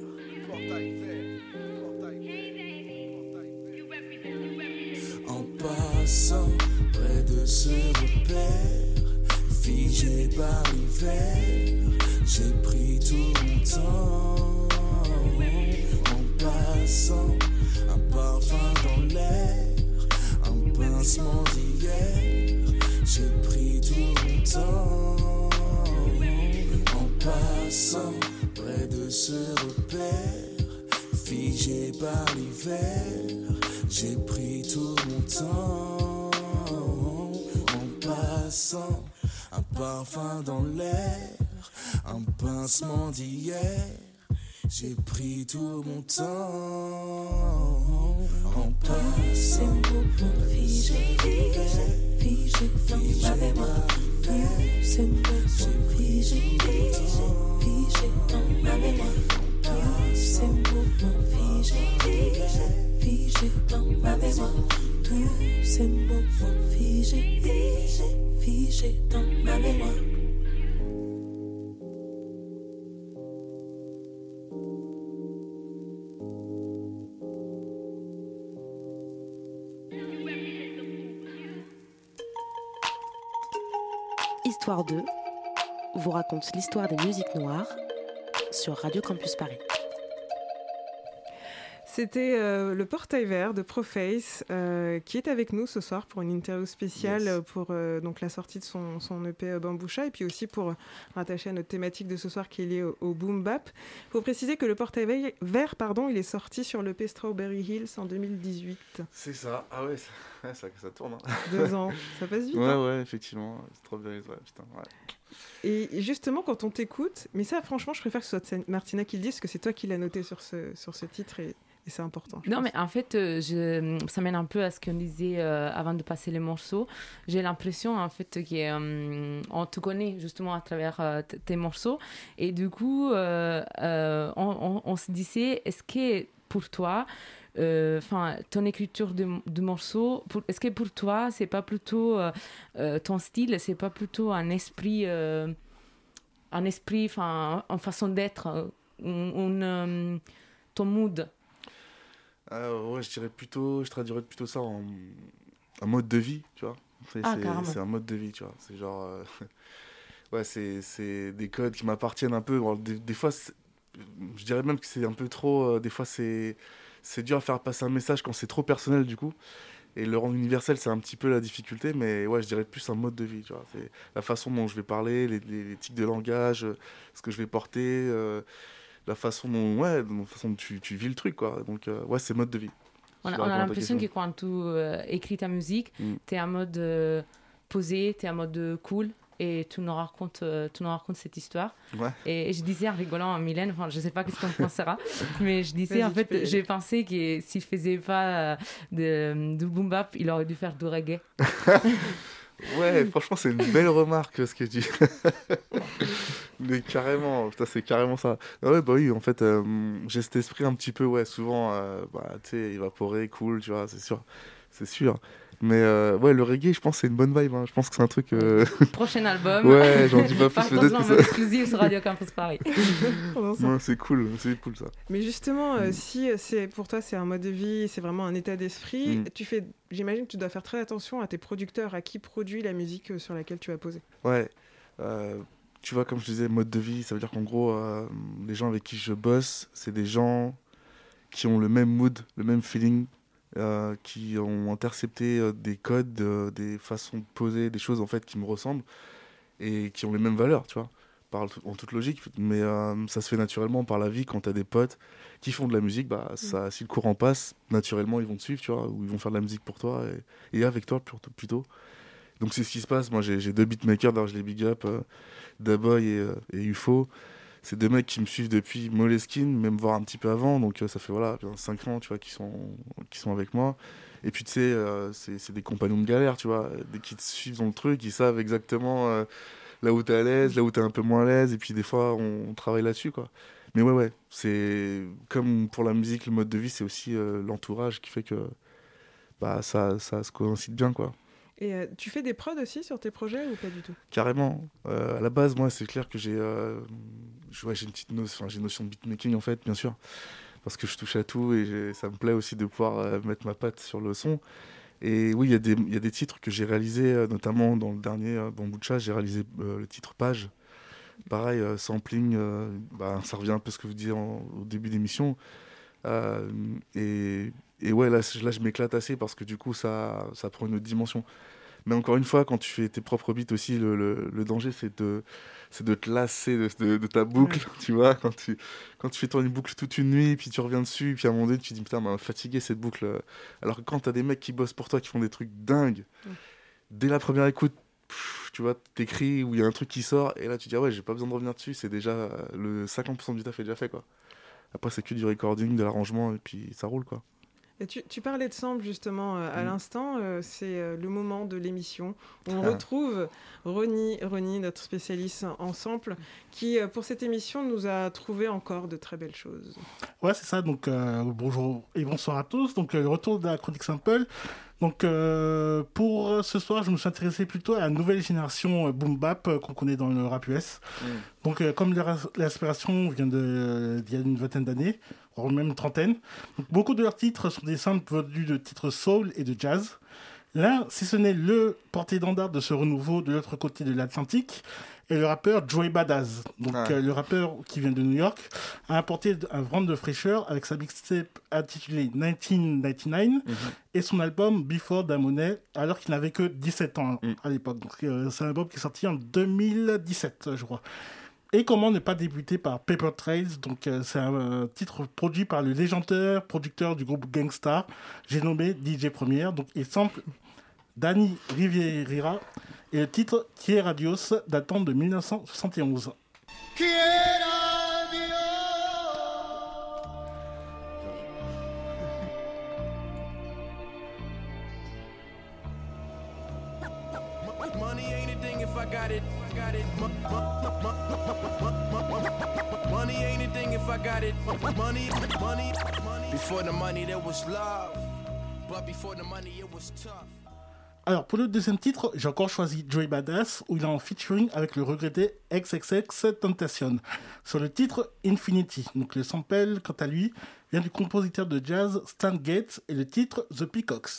En passant près de ce repère, figé par l'hiver, j'ai pris tout mon temps. En passant, un parfum dans l'air, un pincement d'hier, j'ai pris tout mon temps. En passant près de ce repère, figé par l'hiver, j'ai pris tout mon temps. En passant, un parfum dans l'air, un pincement d'hier, j'ai pris tout mon temps. En passant, mouvement figé, figé, figé dans ma mémoire. Ces mouvements figés, figé, figé dans ma mémoire. Ces mouvements figés, figé, figé dans ma mémoire. Tous ces mouvements figés, figé, figé dans ma mémoire. Histoire deux vous raconte l'histoire des musiques noires sur Radio Campus Paris. C'était euh, le Portail Vert de Proface euh, qui est avec nous ce soir pour une interview spéciale yes. pour euh, donc la sortie de son, son E P euh, Bamboucha et puis aussi pour euh, rattacher à notre thématique de ce soir qui est liée au, au boom bap. Il faut préciser que le Portail Vert, pardon, il est sorti sur l'E P Strawberry Hills en deux mille dix-huit. C'est ça, ah ouais, ça, ça, ça tourne. Hein. Deux ans, ça passe vite. Ouais, hein. ouais, effectivement, Strawberry Hills, ouais, putain, ouais. Et justement, quand on t'écoute, mais ça, franchement, je préfère que ce soit Martina qui le dise, parce que c'est toi qui l'as noté sur ce, sur ce titre et, et c'est important. Non, pense. mais en fait, euh, je, ça mène un peu à ce qu'on disait euh, avant de passer les morceaux. J'ai l'impression, en fait, qu'on euh, te connaît justement à travers euh, t- tes morceaux. Et du coup, euh, euh, on, on, on se disait, est-ce que pour toi, enfin, euh, ton écriture de, de morceaux, pour, est-ce que pour toi, c'est pas plutôt euh, euh, ton style, c'est pas plutôt un esprit, euh, un esprit, enfin, en façon d'être, euh, un, un, ton mood? Euh, ouais, je dirais plutôt, je traduirais plutôt ça en un mode de vie, tu vois. C'est, ah, c'est, c'est un mode de vie, tu vois. C'est genre, euh, ouais, c'est, c'est des codes qui m'appartiennent un peu. Bon, des, des fois, je dirais même que c'est un peu trop. Euh, des fois, c'est, c'est dur à faire passer un message quand c'est trop personnel, du coup. Et le rendre universel, c'est un petit peu la difficulté, mais ouais, je dirais plus un mode de vie, tu vois. C'est la façon dont je vais parler, les, les, les tics de langage, ce que je vais porter. Euh, la façon dont, ouais, la façon dont tu, tu vis le truc, quoi. Donc, euh, ouais, c'est mode de vie. On a, on a l'impression que quand tu euh, écris ta musique, mm. tu es en mode euh, posé, tu es en mode euh, cool. Et tu nous racontes, euh, tu nous racontes cette histoire. Ouais. Et, et je disais en rigolant à Mylène, enfin, je ne sais pas qu'est-ce qu'on pensera, mais je disais, en fait, j'ai pensé que s'il ne faisait pas euh, de, de boom bap, il aurait dû faire du reggae. Ouais, franchement, c'est une belle remarque ce que tu dis. Mais carrément, putain, c'est carrément ça. Ah ouais, bah oui, en fait, euh, j'ai cet esprit un petit peu, ouais, souvent, euh, bah, tu sais, évaporé, cool, tu vois, c'est sûr. C'est sûr. Mais euh, ouais, le reggae, je pense que c'est une bonne vibe. Hein. Je pense que c'est un truc. Euh... Prochain album. Ouais, j'en dis pas plus. Partons-en en exclusif sur Radio Campus Paris. Ouais, c'est cool, c'est cool ça. Mais justement, euh, mm. si c'est pour toi c'est un mode de vie, c'est vraiment un état d'esprit, mm. tu fais, j'imagine que tu dois faire très attention à tes producteurs, à qui produit la musique sur laquelle tu vas poser. Ouais. Euh, tu vois, comme je disais, mode de vie, ça veut dire qu'en gros, euh, les gens avec qui je bosse, c'est des gens qui ont le même mood, le même feeling. Euh, qui ont intercepté euh, des codes, euh, des façons de poser, des choses en fait qui me ressemblent et qui ont les mêmes valeurs, tu vois, par, en toute logique. Mais euh, ça se fait naturellement par la vie quand t'as des potes qui font de la musique, bah, ça, si le courant passe, naturellement ils vont te suivre, tu vois, ou ils vont faire de la musique pour toi et, et avec toi plutôt. Donc c'est ce qui se passe. Moi j'ai, j'ai deux beatmakers, d'ailleurs je les big up, euh, Daboy et, euh, et U F O. C'est deux mecs qui me suivent depuis Moleskine, même voire un petit peu avant, donc euh, ça fait voilà cinq ans, tu vois, qui sont qui sont avec moi. Et puis tu sais, euh, c'est c'est des compagnons de galère, tu vois, dès qu'ils te suivent dans le truc, ils savent exactement euh, là où t'es à l'aise, là où t'es un peu moins à l'aise, et puis des fois on, on travaille là-dessus, quoi. Mais ouais ouais, c'est comme pour la musique, le mode de vie, c'est aussi euh, l'entourage qui fait que bah ça ça se coïncide bien, quoi. Et euh, tu fais des prods aussi sur tes projets ou pas du tout ? Carrément. Euh, à la base, moi, c'est clair que j'ai, euh, ouais, j'ai une petite notion, j'ai une notion de beatmaking, en fait, bien sûr. Parce que je touche à tout et j'ai, ça me plaît aussi de pouvoir euh, mettre ma patte sur le son. Et oui, il y a des, il y a des titres que j'ai réalisés, euh, notamment dans le dernier euh, Bamboucha, j'ai réalisé euh, le titre Page. Pareil, euh, sampling, euh, bah, ça revient un peu à ce que vous disiez en, au début d'émission. Euh, et, et ouais, là, là, je m'éclate assez parce que du coup, ça, ça prend une autre dimension. Mais encore une fois, quand tu fais tes propres beats aussi, le, le, le danger, c'est de, c'est de te lasser de, de, de ta boucle, ouais. Tu vois, quand tu, quand tu fais tourner une boucle toute une nuit, puis tu reviens dessus, puis à un moment donné, tu te dis, putain, m'a fatigué cette boucle. Alors que quand t'as des mecs qui bossent pour toi, qui font des trucs dingues, ouais. Dès la première écoute, pff, tu vois, t'écris, où il y a un truc qui sort, et là, tu te dis, ah ouais, j'ai pas besoin de revenir dessus, c'est déjà, le cinquante pour cent du taf est déjà fait, quoi. Après, c'est que du recording, de l'arrangement, et puis ça roule, quoi. Et tu, tu parlais de sample justement euh, à mmh. l'instant, euh, c'est euh, le moment de l'émission où on ah. retrouve Ronnie, Ronnie, notre spécialiste en sample, qui euh, pour cette émission nous a trouvé encore de très belles choses. Ouais, c'est ça, donc euh, bonjour et bonsoir à tous, donc euh, le retour de la chronique sample. Donc euh, pour ce soir, je me suis intéressé plutôt à la nouvelle génération euh, boom bap euh, qu'on connaît dans le rap U S. Mm. Donc euh, comme l'inspiration vient de, d'il y a une vingtaine d'années, voire même une trentaine, donc, beaucoup de leurs titres sont des samples venus de titres soul et de jazz. L'un, si ce n'est le porte-étendard de ce renouveau de l'autre côté de l'Atlantique, est le rappeur Joey Badass. Donc ah. euh, le rappeur qui vient de New York a apporté un vent de fraîcheur avec sa mixtape intitulée dix-neuf quatre-vingt-dix-neuf mm-hmm. et son album Before Damoney, alors qu'il n'avait que dix-sept ans mm. à l'époque. Donc euh, c'est un album qui est sorti en deux mille dix-sept, je crois. Et comment ne pas débuter par Paper Trails, donc euh, c'est un euh, titre produit par le légendaire producteur du groupe Gang Starr, j'ai nommé D J Premier, donc il sample Danny Riviera et le titre Quiera Dios datant de dix-neuf cent soixante et onze. Alors pour le deuxième titre, j'ai encore choisi Joey Badass où il est en featuring avec le regretté X X X Tentacion sur le titre Infinity. Donc le sample, quant à lui, vient du compositeur de jazz Stan Getz et le titre The Peacocks.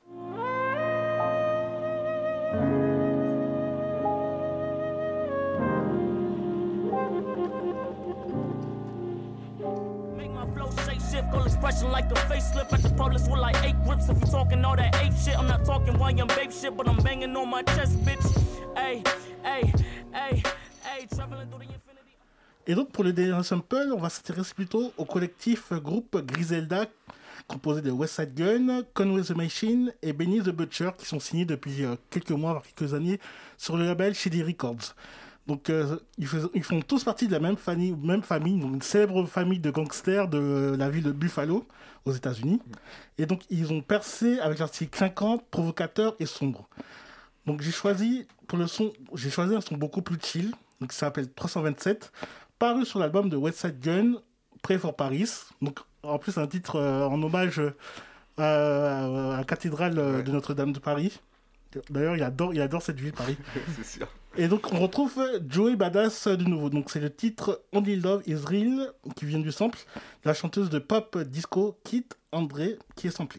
Expression like a facelift at the police with like eight grips. If you talking all that eight shit, I'm not talking why I'm babe shit, but I'm banging on my chest, bitch. Hey, hey, hey, hey, traveling through the infinity. Et donc pour le dernier sample, on va s'intéresser plutôt au collectif groupe Griselda composé de West Side Gun, Conway the Machine et Benny the Butcher, qui sont signés depuis euh, quelques mois, voire quelques années, sur le label Shady Records. Donc, euh, ils, fais, ils font tous partie de la même famille, même famille, donc une célèbre famille de gangsters de euh, la ville de Buffalo, aux États-Unis. Et donc, ils ont percé avec leur style clinquant, provocateur et sombre. Donc, j'ai choisi, pour le son, j'ai choisi un son beaucoup plus chill, donc ça s'appelle trois cent vingt-sept, paru sur l'album de West Side Gun, Pray for Paris. Donc, en plus, un titre euh, en hommage euh, à, à la cathédrale euh, ouais. de Notre-Dame de Paris. D'ailleurs, il adore, il adore cette ville, Paris. C'est sûr. Et donc, on retrouve Joey Badass de nouveau. Donc, c'est le titre Only Love Is Real, qui vient du sample de la chanteuse de pop disco Kit André, qui est samplée.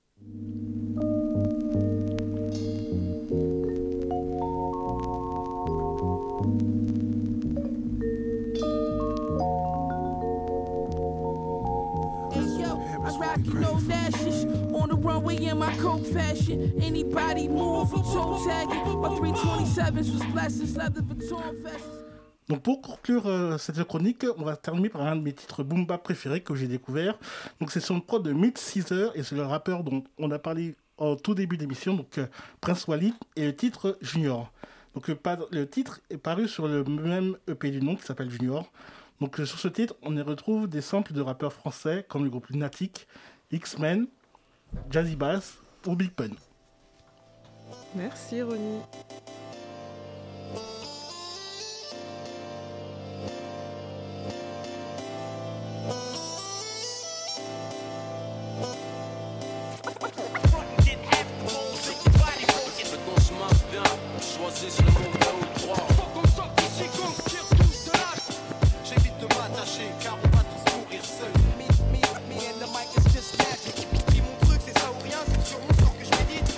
On the runway in my coat fashion. Anybody move, toe tagging. My three twenty-sevens was blessings, leather Vuitton fashions. Donc pour conclure euh, cette chronique, on va terminer par un de mes titres boom bap préférés que j'ai découvert. Donc c'est sur le prod de Mid Caesar et c'est le rappeur dont on a parlé au tout début de l'émission, donc euh, Prince Wally, et le titre Junior. Donc le, le titre est paru sur le même E P du nom qui s'appelle Junior. Donc euh, sur ce titre, on y retrouve des samples de rappeurs français comme le groupe Lunatic, X-Men, Jazzy Bass ou Big Pun. Merci Ronnie. J'évite de m'attacher car on va tous mourir seuls. Me, me, me and the mic is just magic. Dis mon truc, c'est ça ou rien, c'est sur mon sort que je médite.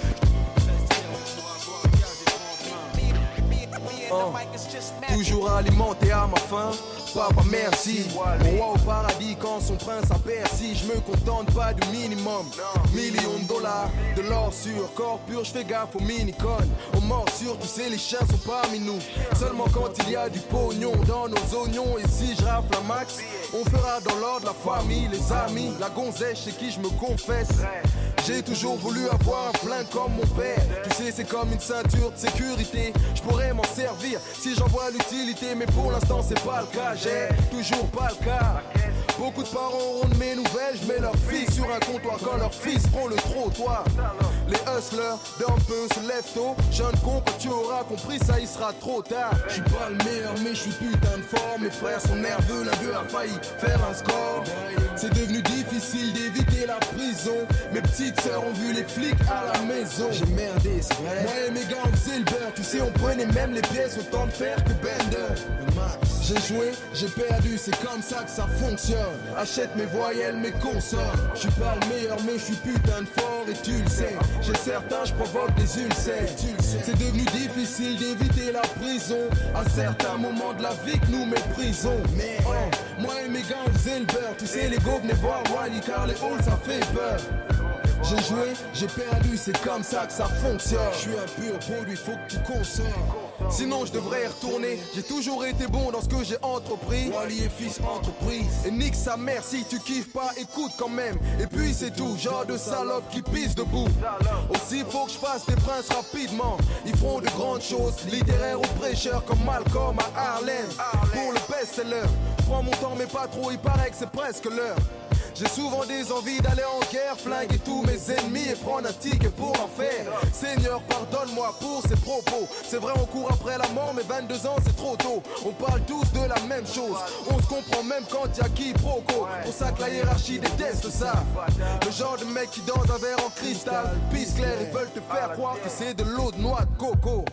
Oh. Toujours alimenté à ma faim. Papa merci, mon roi au paradis quand son prince a percé. Je me contente pas du minimum. Millions de dollars, de l'or sur corps pur, je fais gaffe aux mini-connes. Aux morsures, tu sais les chiens sont parmi nous. Seulement quand il y a du pognon dans nos oignons. Et si je rafle la max, on fera dans l'ordre la famille, les amis, la gonzesse chez qui je me confesse. J'ai toujours voulu avoir un flingue comme mon père. Tu sais c'est comme une ceinture de sécurité. Je pourrais m'en servir si j'en vois l'utilité. Mais pour l'instant c'est pas le cas, j'ai toujours pas le cas. Beaucoup de parents auront de mes nouvelles. Je mets leur fils sur un comptoir quand leurs fils prend le trottoir. Les hustlers d'un peu se lèvent tôt. Jeune con quand tu auras compris ça il sera trop tard. Je suis pas le meilleur mais je suis putain de fort. Mes frères sont nerveux, l'un d'eux a failli faire un score. C'est devenu difficile d'éviter la prison. Mes petites sœurs ont vu les flics à la maison. J'ai merdé c'est vrai. Moi et mes gars on faisait le beurre. Tu sais on prenait même les pièces autant de fer que Bender. J'ai joué, j'ai perdu, c'est comme ça que ça fonctionne. Achète mes voyelles, mes consorts. Je suis pas le meilleur mais je suis putain de fort et tu le sais. Chez certains je provoque des ulcères. C'est devenu difficile d'éviter la prison. À certains moments de la vie que nous méprisons. Mais oh, moi et mes gars on faisait le beurre. Tu sais les go venez voir Wally car les halls ça fait peur. J'ai joué, j'ai perdu, c'est comme ça que ça fonctionne. Je suis un pur produit, faut que tu consommes. Sinon je devrais y retourner. J'ai toujours été bon dans ce que j'ai entrepris. Wally et fils entreprise. Et nique sa mère si tu kiffes pas, écoute quand même. Et puis c'est tout, genre de salope qui pisse debout. Aussi faut que je fasse des princes rapidement. Ils feront de grandes choses, littéraires ou prêcheurs comme Malcolm à Harlem. Pour le best-seller, prends mon temps mais pas trop, il paraît que c'est presque l'heure. J'ai souvent des envies d'aller en guerre, flinguer tous mes ennemis et prendre un ticket pour l'enfer. Seigneur, pardonne-moi pour ces propos. C'est vrai, on court après la mort, mais vingt-deux ans c'est trop tôt. On parle tous de la même chose. On se comprend même quand y'a quiproquo. Pour ça que la hiérarchie déteste ça. Le genre de mec qui danse un verre en cristal, pisse clair, ils veulent te faire croire que c'est de l'eau de noix de coco.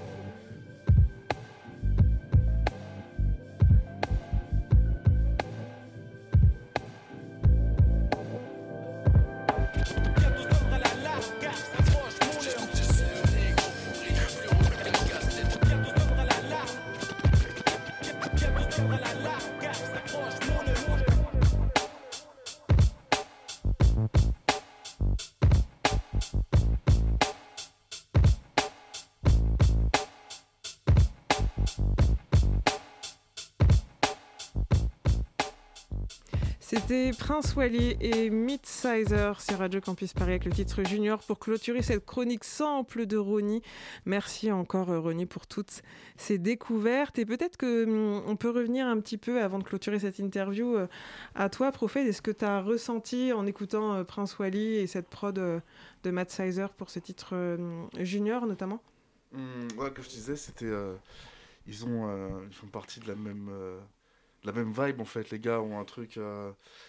C'était Prince Wally et Midsizer sur Radio Campus Paris avec le titre Junior pour clôturer cette chronique sample de Ronnie. Merci encore Ronnie pour toutes ces découvertes et peut-être qu'on peut revenir un petit peu avant de clôturer cette interview à toi Prophète. Est-ce que tu as ressenti en écoutant Prince Wally et cette prod de Midsizer pour ce titre Junior notamment? mmh, Ouais, comme je disais, c'était, euh, ils, ont, euh, ils font partie de la même... Euh... la même vibe en fait, les gars ont un truc euh,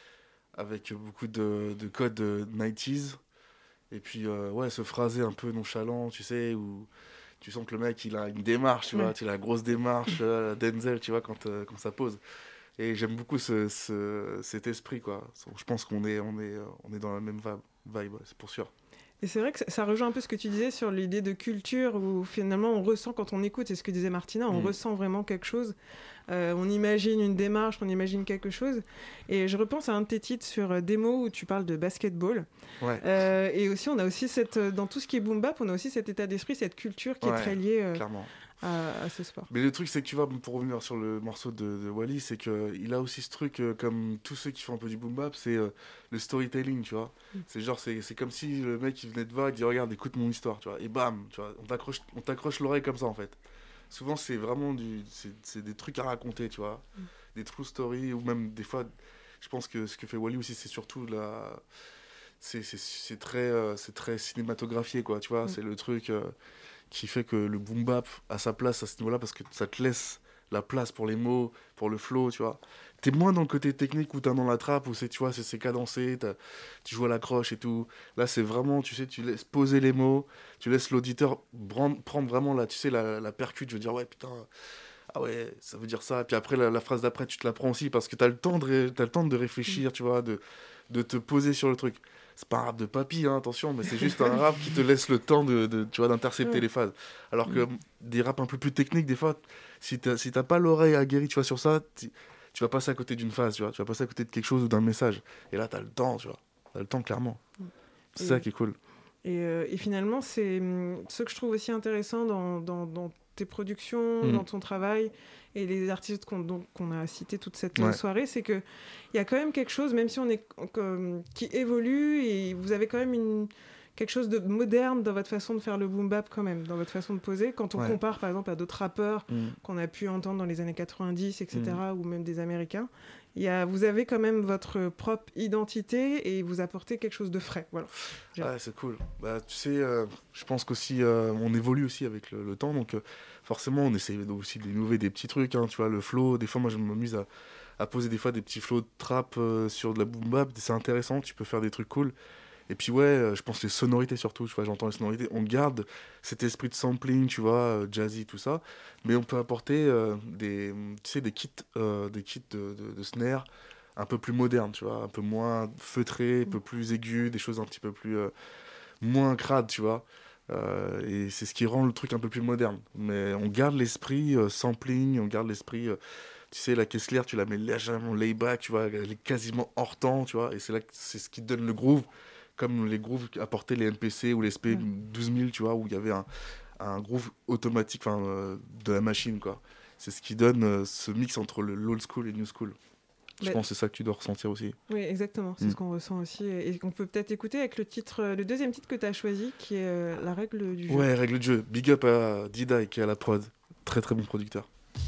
avec beaucoup de, de codes de nineties et puis euh, ouais, ce phrasé un peu nonchalant, tu sais, où tu sens que le mec il a une démarche, tu ouais. vois, il a la grosse démarche, euh, Denzel, tu vois, quand, euh, quand ça pose. Et j'aime beaucoup ce, ce, cet esprit quoi. Je pense qu'on est, on est, on est dans la même vibe, vibe ouais, c'est pour sûr. Et c'est vrai que ça rejoint un peu ce que tu disais sur l'idée de culture où finalement on ressent quand on écoute, c'est ce que disait Martina, on mmh. ressent vraiment quelque chose. Euh, on imagine une démarche, on imagine quelque chose. Et je repense à un de tes titres sur Démo où tu parles de basketball. Ouais. Euh, et aussi, on a aussi cette, dans tout ce qui est boom bap, on a aussi cet état d'esprit, cette culture qui ouais, est très liée euh, à, à ce sport. Mais le truc, c'est que tu vois, pour revenir sur le morceau de, de Wally, c'est qu'il a aussi ce truc, euh, comme tous ceux qui font un peu du boom bap, c'est euh, le storytelling, tu vois. Mm. C'est genre, c'est, c'est comme si le mec il venait te voir et dit regarde, écoute mon histoire, tu vois. Et bam, tu vois, on t'accroche, on t'accroche l'oreille comme ça en fait. Souvent, c'est vraiment du, c'est, c'est des trucs à raconter, tu vois. Mm. Des true stories, ou même des fois, je pense que ce que fait Wally aussi, c'est surtout la. C'est, c'est, c'est, très, euh, c'est très cinématographié, quoi, tu vois. Mm. C'est le truc euh, qui fait que le boom bap a sa place à ce niveau-là, parce que ça te laisse la place pour les mots, pour le flow, tu vois. T'es moins dans le côté technique où t'es dans la trappe, où c'est, tu vois, c'est, c'est cadencé, tu joues à l'accroche et tout. Là, c'est vraiment, tu sais, tu laisses poser les mots, tu laisses l'auditeur prendre, prendre vraiment, la, tu sais, la, la percute, je veux dire, ouais, putain, ah ouais, ça veut dire ça. Et puis après, la, la phrase d'après, tu te la prends aussi, parce que t'as le temps de, ré, t'as le temps de réfléchir, tu vois, de, de te poser sur le truc. C'est pas un rap de papy, hein, attention, mais c'est juste un rap qui te laisse le temps de, de, tu vois, d'intercepter ouais. les phases. Alors que mmh. des raps un peu plus techniques, des fois, si t'as, si t'as pas l'oreille aguerrie, tu vois, sur ça, tu vas passer à côté d'une phase, tu vois, tu vas passer à côté de quelque chose ou d'un message. Et là, t'as le temps, tu vois, t'as le temps, clairement. C'est et, ça qui est cool. Et, euh, et finalement, c'est ce que je trouve aussi intéressant dans, dans, dans tes productions, mmh. dans ton travail, et les artistes qu'on, donc, qu'on a cités toute cette ouais. soirée, c'est qu'il y a quand même quelque chose, même si on est euh, qui évolue, et vous avez quand même une, quelque chose de moderne dans votre façon de faire le boom bap quand même, dans votre façon de poser. Quand on ouais. compare par exemple à d'autres rappeurs mmh. qu'on a pu entendre dans les années quatre-vingt-dix, et cetera, mmh. ou même des Américains, il y a, vous avez quand même votre propre identité et vous apportez quelque chose de frais. Voilà. Ouais, c'est cool. Bah, tu sais, euh, je pense qu'aussi, euh, on évolue aussi avec le, le temps, donc euh, forcément, on essaie aussi d'innover des petits trucs, hein, tu vois, le flow. Des fois, moi, je m'amuse à, à poser des fois des petits flows de trap euh, sur de la boom bap. C'est intéressant, tu peux faire des trucs cool. Et puis ouais, euh, je pense les sonorités surtout, tu vois, j'entends les sonorités, on garde cet esprit de sampling, tu vois, euh, jazzy, tout ça, mais on peut apporter euh, des, tu sais, des kits, euh, des kits de, de, de snare un peu plus modernes, tu vois, un peu moins feutrés, un peu plus aigus, des choses un petit peu plus, euh, moins crades, tu vois, euh, et c'est ce qui rend le truc un peu plus moderne. Mais on garde l'esprit euh, sampling, on garde l'esprit... Euh, tu sais, la caisse claire, tu la mets légèrement layback, tu vois, elle est quasiment hors temps, tu vois, et c'est là que c'est ce qui donne le groove, comme les grooves apportaient les M P C ou les S P douze mille, tu vois, où il y avait un, un groove automatique, enfin, euh, de la machine, quoi. C'est ce qui donne euh, ce mix entre le l'old school et le new school. Je bah, pense que c'est ça que tu dois ressentir aussi. Oui, exactement, c'est mm. ce qu'on ressent aussi. Et qu'on peut peut-être écouter avec le titre, le deuxième titre que tu as choisi, qui est euh, La règle du jeu. Ouais, règle du jeu. Big up à D-Die qui est à la prod. Très très bon producteur.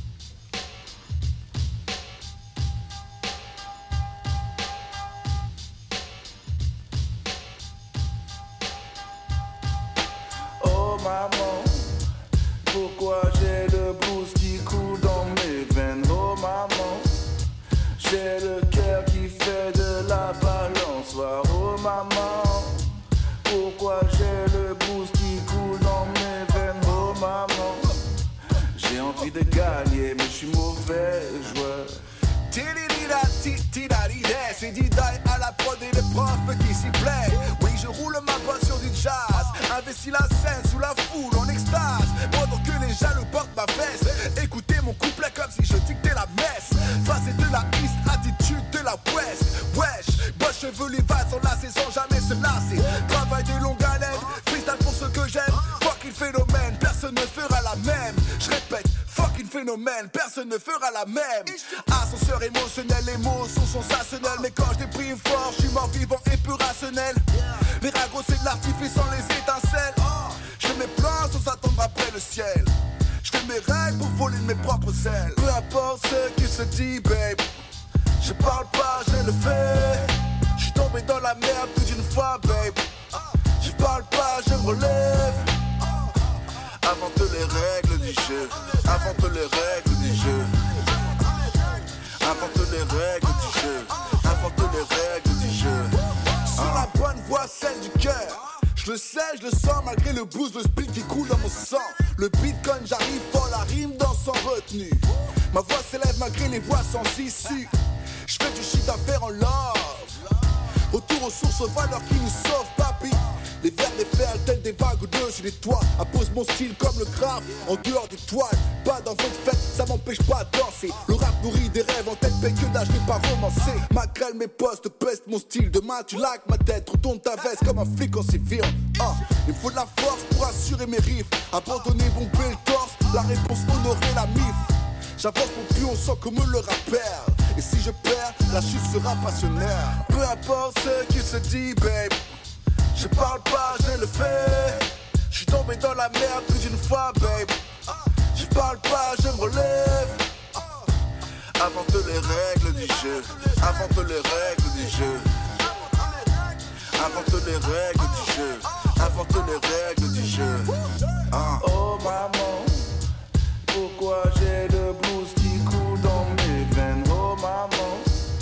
Maman, pourquoi j'ai le blues qui coule dans mes veines? Oh maman, j'ai le cœur qui fait de la balançoire. Oh maman, pourquoi j'ai le blues qui coule dans mes veines? Oh maman, j'ai envie de gagner mais je suis mauvais joueur. C'est D-Die à la prod et les profs qui s'y plaît. Oui, je roule ma bosse sur du jazz, investis la scène sous la foule en extase, pendant que les jaloux portent ma veste. Écoutez mon couplet comme si je dictais la messe. Phase de la East, attitude de la West. Wesh, boss chevelu va sans lasser sans jamais se lasser. Travail de longue haleine, freestyle pour ceux que j'aime. Fucking phénomène, personne ne fera la même. Je répète, fucking phénomène. domaine, personne ne fera la même. Ascenseur émotionnel, les mots sont sensationnels. Mais quand je déprime fort, je suis mort vivant et peu rationnel. Les ragots c'est de l'artifice sans les étincelles. Je fais mes plans sans attendre après le ciel. Je fais mes règles pour voler de mes propres ailes. Peu importe ce qu'il se dit, babe. Je parle pas, je le fais. Je suis tombé dans la merde plus d'une fois, babe. Je parle pas, je me relève. Invente les règles du jeu. Invente les règles du jeu. Invente les règles du jeu. Invente les règles du jeu. Sur la bonne voie, celle du cœur. Je le sais, je le sens, malgré le blues, le speed qui coule dans mon sang. Le beat quand j'arrive, fort la rime dans sans retenue. Ma voix s'élève malgré les voix sans issue. Je fais du shit d'affaires en love. Retour aux sources, aux valeurs qui nous sauvent, papi. Les vers des perles, tels des vagues au-dessus des toits. Appose mon style comme le grave, en dehors des toiles. Pas dans votre fête, ça m'empêche pas de danser. Le rap nourrit des rêves, en tête paye que d'âge, n'est pas romancé. Ma grêle, mes postes, peste mon style. Demain tu likes ma tête, retourne ta veste comme un flic en civil. Ah, il faut de la force pour assurer mes riffs. Abandonner, bomber le torse, la réponse honorer la mif. J'avance mon plus, on sent comme le rappeur. Et si je perds, la chute sera passionnelle. Peu importe ce qu'il se dit, babe. Je parle pas, je le fais. Je suis tombé dans la merde plus d'une fois, babe. Je parle pas, je me relève. Invente les règles du jeu. Invente les règles du jeu. Invente les règles du jeu. Invente les règles du jeu. Ah. Oh maman, pourquoi j'ai le blues qui coule dans mes veines? Oh maman,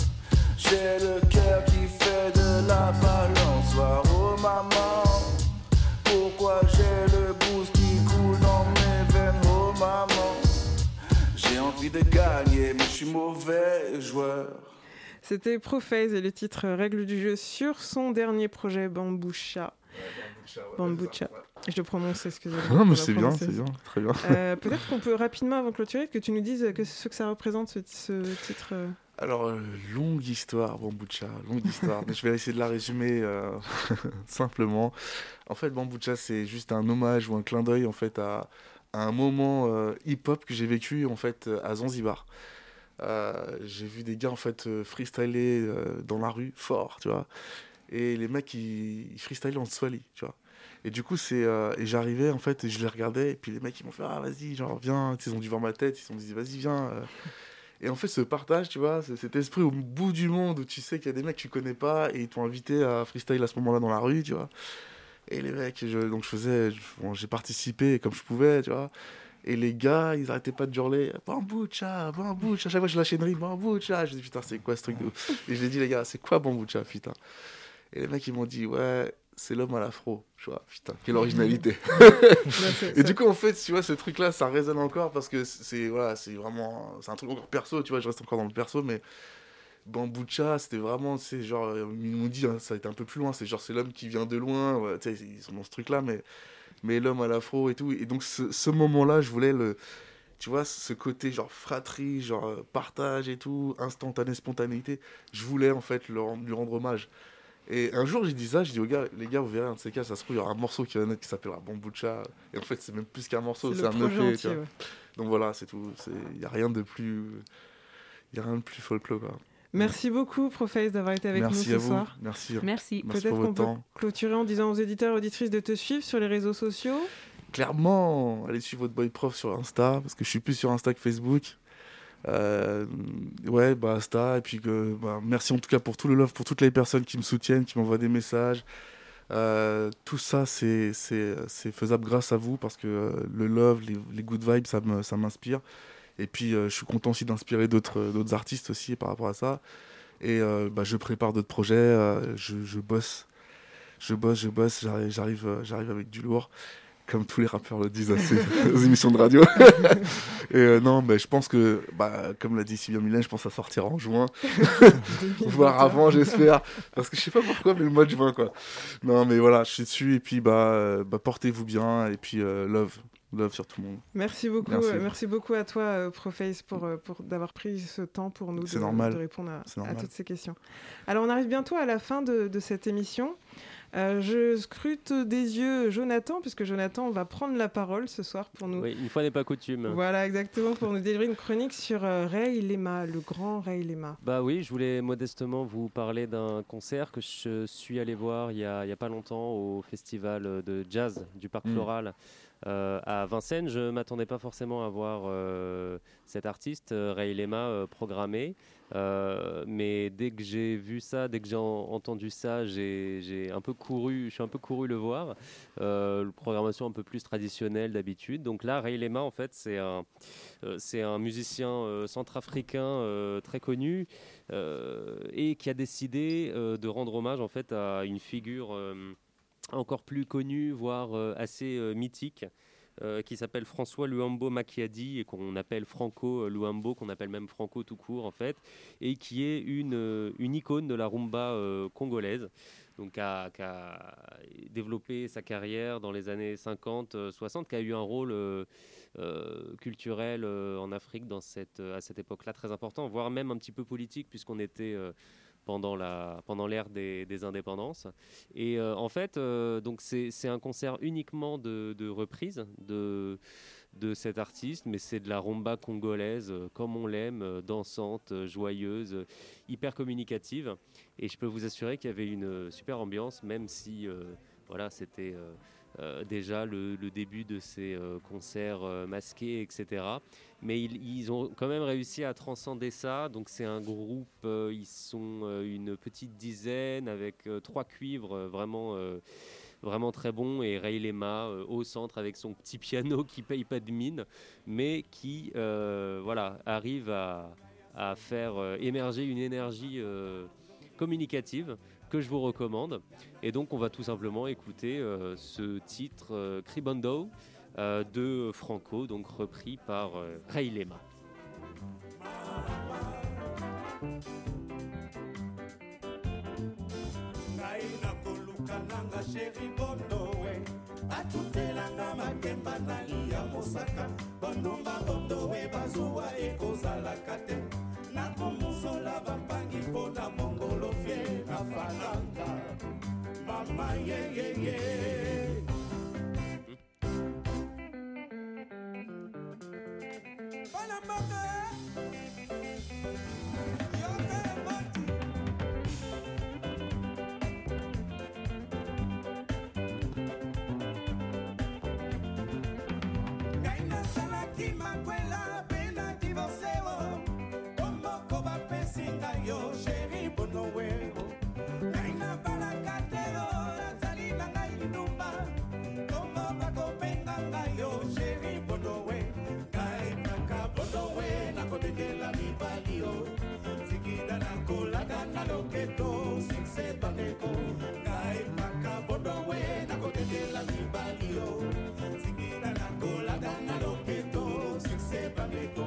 j'ai le cœur qui fait de la balançoire. Oh maman, pourquoi j'ai le blues qui coule dans mes veines? Oh maman, j'ai envie de gagner mais je suis mauvais joueur. C'était Prophase et le titre Règle du jeu sur son dernier projet Bamboucha. Bamboucha. Je le prononce, excusez-moi. Non, mais c'est bien, c'est bien, très bien. Euh, peut-être qu'on peut rapidement, avant de clôturer, que tu nous dises que ce que ça représente, ce, ce titre. Euh... Alors, euh, longue histoire, Bamboucha, longue histoire. Mais je vais essayer de la résumer euh, simplement. En fait, Bamboucha, c'est juste un hommage ou un clin d'œil en fait à, à un moment euh, hip-hop que j'ai vécu en fait à Zanzibar. Euh, j'ai vu des gars en fait euh, freestyler euh, dans la rue, fort, tu vois. Et les mecs, ils, ils freestylaient en Swahili, tu vois. Et du coup, c'est euh, et j'arrivais en fait, et je les regardais, et puis les mecs ils m'ont fait ah vas-y, genre viens, ils ont dû voir ma tête, ils se sont dit vas-y viens. Euh. Et en fait, ce partage, tu vois, c'est cet esprit au bout du monde où tu sais qu'il y a des mecs que tu connais pas et ils t'ont invité à freestyle à ce moment-là dans la rue, tu vois. Et les mecs, je, donc je faisais, je, bon, j'ai participé comme je pouvais, tu vois. Et les gars, ils arrêtaient pas de hurler Bamboucha, Bamboucha. À chaque fois, je lâchais une rime, Bamboucha. Je dis putain, c'est quoi ce truc de ouf? Et je lui ai dit les gars, c'est quoi Bamboucha, putain? Et les mecs, ils m'ont dit ouais, c'est l'homme à l'afro. Je vois, putain, quelle originalité. Et du coup, en fait, tu vois, ce truc-là, ça résonne encore parce que c'est voilà, c'est vraiment, c'est un truc encore perso, tu vois. Je reste encore dans le perso, mais Bamboucha, c'était vraiment, c'est genre, ils m'ont dit, hein, ça a été un peu plus loin. C'est genre, c'est l'homme qui vient de loin. Ouais, tu sais, ils sont dans ce truc-là, mais mais l'homme à l'afro et tout. Et donc, ce, ce moment-là, je voulais le, tu vois, ce côté genre fratrie, genre partage et tout, instantané, spontanéité. Je voulais en fait leur, lui rendre hommage. Et un jour, j'ai dit ça, j'ai dit aux gars, les gars, vous verrez, un de ces cas, ça se trouve, il y aura un morceau qui va naître qui s'appellera Bamboucha. Et en fait, c'est même plus qu'un morceau, c'est, c'est un E P. Ouais. Donc voilà, c'est tout. Il n'y a rien de plus. Il n'y a rien de plus folklore, quoi. Merci beaucoup, Prophase, d'avoir été avec Merci nous à ce vous. soir. Merci. Merci. Merci Peut-être pour qu'on votre peut temps. clôturer en disant aux éditeurs et auditrices de te suivre sur les réseaux sociaux. Clairement, allez suivre votre boy prof sur Insta, parce que je suis plus sur Insta que Facebook. Euh, ouais, bah Insta, et puis que, bah, merci en tout cas pour tout le love, pour toutes les personnes qui me soutiennent, qui m'envoient des messages. Euh, tout ça, c'est, c'est, c'est faisable grâce à vous, parce que euh, le love, les, les good vibes, ça, me, ça m'inspire. Et puis, euh, je suis content aussi d'inspirer d'autres, d'autres artistes aussi par rapport à ça. Et euh, bah, je prépare d'autres projets, euh, je, je bosse, je bosse, je bosse, j'arrive, j'arrive, euh, j'arrive avec du lourd, comme tous les rappeurs le disent à ces, aux émissions de radio. Et euh, non, bah, je pense que, bah, comme l'a dit si bien Mylène, je pense que ça sortira en juin, voire avant, j'espère, parce que je sais pas pourquoi, mais le mois de juin, quoi. Non, mais voilà, je suis dessus, et puis bah, euh, bah portez-vous bien, et puis euh, love. Love sur tout le monde. Merci beaucoup, merci. Euh, merci beaucoup à toi, euh, Prophase, pour, euh, pour d'avoir pris ce temps pour nous de, normal. de répondre à, C'est normal. à toutes ces questions. Alors, on arrive bientôt à la fin de, de cette émission. Euh, je scrute des yeux Jonathan, puisque Jonathan va prendre la parole ce soir pour nous. Oui, une fois n'est pas coutume. Voilà, exactement, pour nous délivrer une chronique sur euh, Ray Lema, le grand Ray Lema. Bah oui, je voulais modestement vous parler d'un concert que je suis allé voir il y a, il y a pas longtemps au festival de jazz du Parc Mmh. Floral euh, à Vincennes. Je m'attendais pas forcément à voir euh, cet artiste, Ray Lema, euh, programmé. Euh, mais dès que j'ai vu ça, dès que j'ai en- entendu ça, j'ai, j'ai un peu couru, je suis un peu couru le voir. Euh, une programmation un peu plus traditionnelle d'habitude. Donc là, Ray Lema, en fait, c'est un, euh, c'est un musicien euh, centrafricain euh, très connu euh, et qui a décidé euh, de rendre hommage en fait à une figure euh, encore plus connue, voire euh, assez euh, mythique. Euh, qui s'appelle François Luambo Makiadi et qu'on appelle Franco Luambo, qu'on appelle même Franco tout court en fait, et qui est une, euh, une icône de la rumba euh, congolaise, donc qui a, qui a développé sa carrière dans les années cinquante soixante, qui a eu un rôle euh, euh, culturel euh, en Afrique dans cette, à cette époque-là très important, voire même un petit peu politique puisqu'on était... Euh, pendant la pendant l'ère des, des indépendances et euh, en fait euh, donc c'est c'est un concert uniquement de, de reprise de de cet artiste, mais c'est de la rumba congolaise euh, comme on l'aime, euh, dansante, euh, joyeuse, euh, hyper communicative, et je peux vous assurer qu'il y avait une euh, super ambiance, même si euh, voilà c'était euh, euh, déjà le, le début de ces euh, concerts euh, masqués, et cetera. Mais ils, ils ont quand même réussi à transcender ça. Donc c'est un groupe, euh, ils sont euh, une petite dizaine avec euh, trois cuivres euh, vraiment, euh, vraiment très bons, et Ray Lema euh, au centre avec son petit piano qui paye pas de mine, mais qui euh, voilà, arrive à, à faire euh, émerger une énergie euh, communicative que je vous recommande. Et donc on va tout simplement écouter euh, ce titre euh, Kribondo euh, de Franco, donc repris par euh, Ray Lema. ngai nakoluka nanga sheri bondowe atutelanga makemba nalia mosaka bondumba bondowe bazuwa ekozalaka te nakomusola bampangi mpo na mongolo fie na falanga mama yeyeye bana mboka makwela pena divorceo komoko bapesinga yo sheri bonoweo naina balakatero nazali na ngai ndumba komo bakopenga ngai yo sheri bonowe ngai naka bonowe nakotengela mibali yo sikida nakolaka na loketo sikse bandeko ngai naka bonowe nakotengela mibali yo sikida nakolaka na loketo sikse bandeko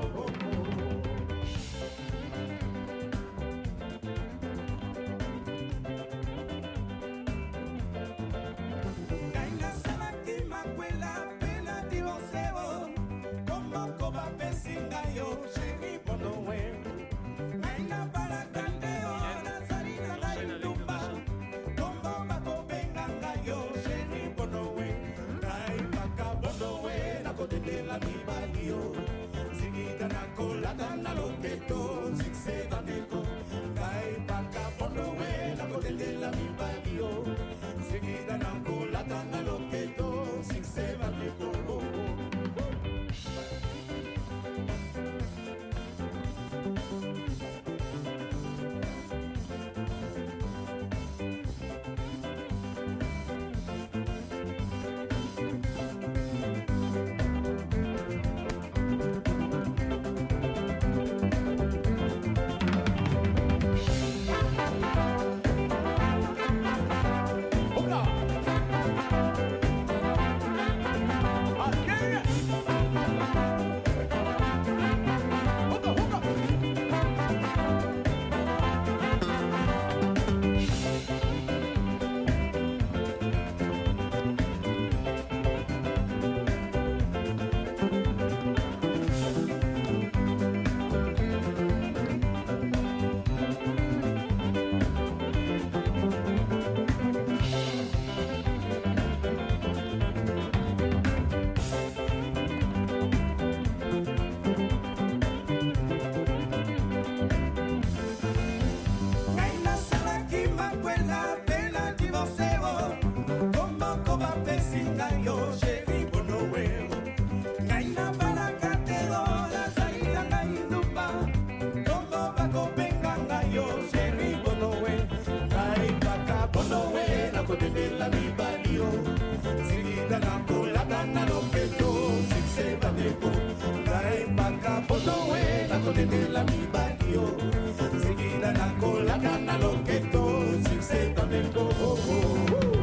la mibali yo zikila na kolaka na loketo succès tandeko oh, oh.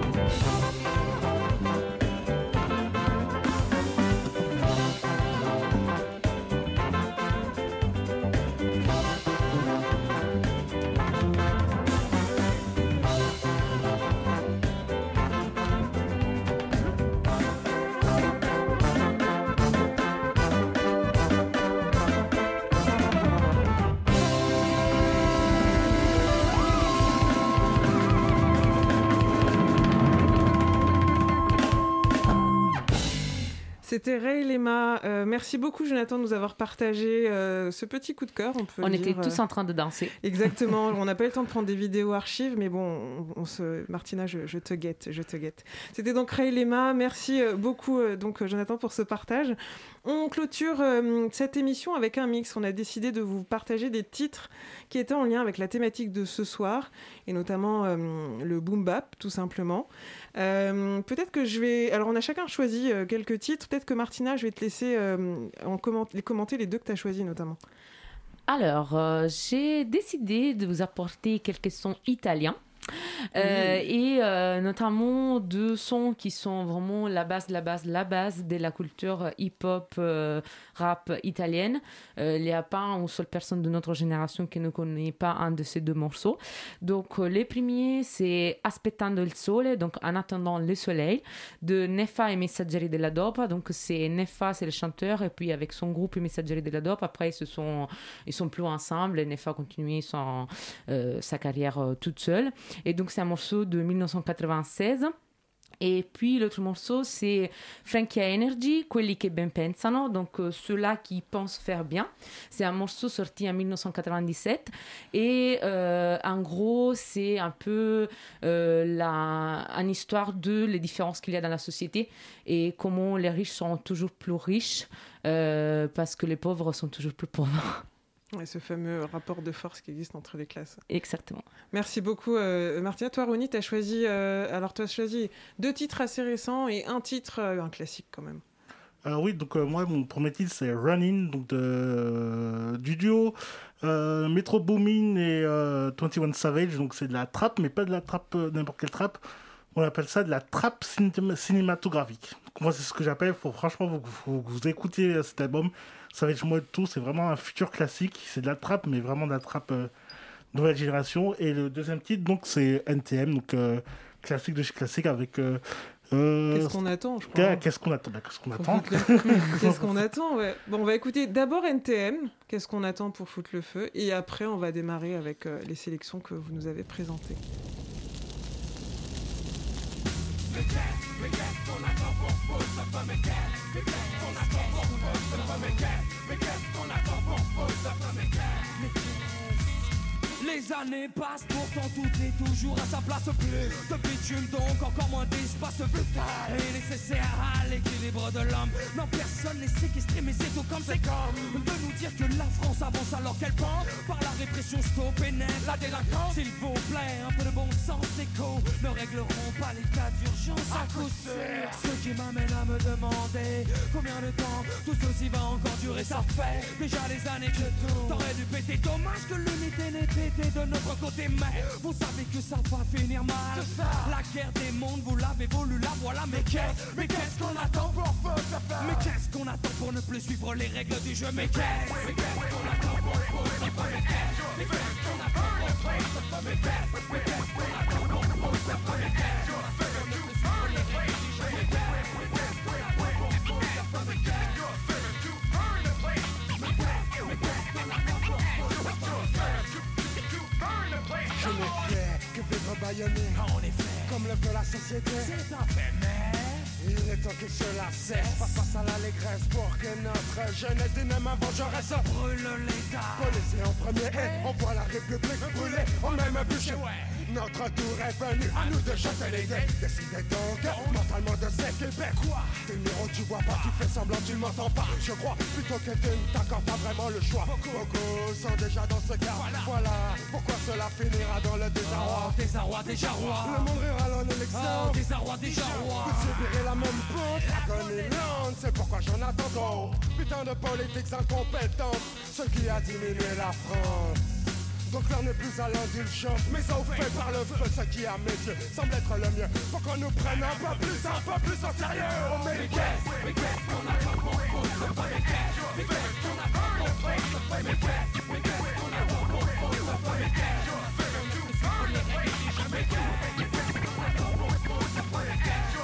C'était Ray Lema. Euh, merci beaucoup, Jonathan, de nous avoir partagé euh, ce petit coup de cœur. On, peut on dire, était tous euh... en train de danser. Exactement. On n'a pas eu le temps de prendre des vidéos archives, mais bon, on, on se... Martina, je, je te guette, je te guette. C'était donc Ray Lema. Merci beaucoup, euh, donc Jonathan, pour ce partage. On clôture euh, cette émission avec un mix. On a décidé de vous partager des titres qui étaient en lien avec la thématique de ce soir, et notamment euh, le boom bap, tout simplement. Euh, peut-être que je vais... Alors, on a chacun choisi euh, quelques titres. Peut-être que Martina, je vais te laisser euh, en comment... les commenter les deux que tu as choisis, notamment. Alors, euh, j'ai décidé de vous apporter quelques sons italiens. Euh, oui. Et euh, notamment deux sons qui sont vraiment la base, la base, la base de la culture hip-hop, euh, rap italienne. Euh, il n'y a pas une seule personne de notre génération qui ne connaît pas un de ces deux morceaux. Donc euh, les premiers, c'est Aspettando il sole, donc En attendant le soleil, de Neffa et Messaggeri della Dopa. Donc c'est Neffa, c'est le chanteur, et puis avec son groupe Messaggeri della Dopa, après ils se sont, ils sont plus ensemble, et Neffa a continué son, euh, sa carrière euh, toute seule. Et donc, c'est un morceau de dix-neuf cent quatre-vingt-seize. Et puis, l'autre morceau, c'est Frankie Energy, Quelli che ben pensano, donc euh, ceux-là qui pensent faire bien. C'est un morceau sorti en dix-neuf cent quatre-vingt-dix-sept. Et euh, en gros, c'est un peu euh, la, une histoire de les différences qu'il y a dans la société et comment les riches sont toujours plus riches euh, parce que les pauvres sont toujours plus pauvres. Et ce fameux rapport de force qui existe entre les classes. Exactement. Merci beaucoup, euh, Martina. Toi, Ronnie, tu as choisi, euh, alors, tu as choisi deux titres assez récents et un titre, euh, un classique quand même. Euh, oui, donc euh, moi, mon premier titre, c'est Running, donc de, euh, du duo euh, Metro Boomin et euh, vingt et un Savage. Donc c'est de la trap, mais pas de la trap, euh, n'importe quelle trap. On appelle ça de la trap cinéma- cinématographique. Donc, moi, c'est ce que j'appelle. Faut franchement, vous, faut que vous écoutiez cet album. Savage Mode tout, c'est vraiment un futur classique. C'est de la trap, mais vraiment de la trap euh, nouvelle génération. Et le deuxième titre, donc, c'est N T M, donc euh, classique de chez classique avec. Euh, euh, qu'est-ce qu'on attend, je crois. Qu'est-ce qu'on attend, qu'est-ce qu'on attend Qu'est-ce qu'on attend, ouais. Bon, on va écouter d'abord N T M. Qu'est-ce qu'on attend pour foutre le feu. Et après, on va démarrer avec euh, les sélections que vous nous avez présentées. Mais qu'est-ce, mais qu'est-ce qu'on attend pour foutre le feu, mais qu'est-ce, mais qu'est-ce qu'on attend pour foutre le feu, mais qu'est-ce, mais qu'est-ce qu'on attend pour foutre le feu, mais qu'est-ce, mais qu'est-ce. Les années passent, pourtant tout est toujours à sa place. Plus de bitume, donc encore moins d'espace vital et nécessaire à l'équilibre de l'homme. Non, personne n'est séquestré, mais c'est tout comme c'est comme de nous dire que la France avance alors qu'elle pense par la répression stop et net la délinquance. S'il vous plaît, un peu de bon sens écho ne régleront pas les cas d'urgence à coup sûr. Ce qui m'amène à me demander combien de temps tout ceci va encore durer. Ça fait déjà des années que tout t'aurais dû péter. Dommage que l'unité n'ait été de notre côté, mais vous savez que ça va finir mal. La guerre des mondes, vous l'avez voulu, la voilà. Mais qu'est-ce, mais qu'est-ce qu'on attend pour Mais qu'est-ce qu'on attend pour ne plus suivre les règles du jeu. Mais qu'est-ce, mais qu'est-ce qu'on attend pour Mais qu'est-ce, mais qu'est-ce qu'on attend pour Mais qu'est-ce, mais qu'est-ce qu'on attend pour Mais qu'est-ce, ne plus suivre les règles du jeu. Mais qu'est-ce, mais qu'est-ce qu'on attend pour Mais qu'est-ce, mais qu'est-ce qu'on attend pour Je ne fais que vivre bâillonné, en effet, comme le veut la société. C'est un fait, mais il est temps que cela cesse. Face face à l'allégresse pour que notre jeunesse d'une main vengeresse brûle l'État. Policier en premier, et on voit la République brûler, on même bûcher. Ouais. Notre tour est venu, à nous de jeter les dés. Décidez donc, mentalement de s'équiper. Quoi? Tes numéros tu vois pas, tu fais semblant, tu m'entends pas. Je crois plutôt que tu ne t'accordes pas vraiment le choix. Beaucoup sont déjà dans ce cas. Voilà, voilà pourquoi cela finira dans le désarroi. Oh, désarroi, déjà roi. Le monde rira en élection. Oh, désarroi, déjà roi. Vous subirez la même pente, l'agonie, c'est pourquoi j'en attends d'autres. Putain de politiques incompétentes, ce qui a diminué la France. Donc l'heure n'est plus à l'indulgence, mais au fait par le feu, ce qui à mes yeux semble être le mieux. Faut qu'on nous prenne un peu plus, un peu plus au sérieux. Oh mais qu'est-ce, mais qu'est-ce qu'on a pas bon pour se faire mais qu'est-ce, mais qu'est-ce qu'on a pas bon pour se faire mais qu'est-ce, mais qu'est-ce qu'on a pas bon pour se faire mais qu'est-ce, mais qu'est-ce qu'on a pas bon pour se faire mais qu'est-ce.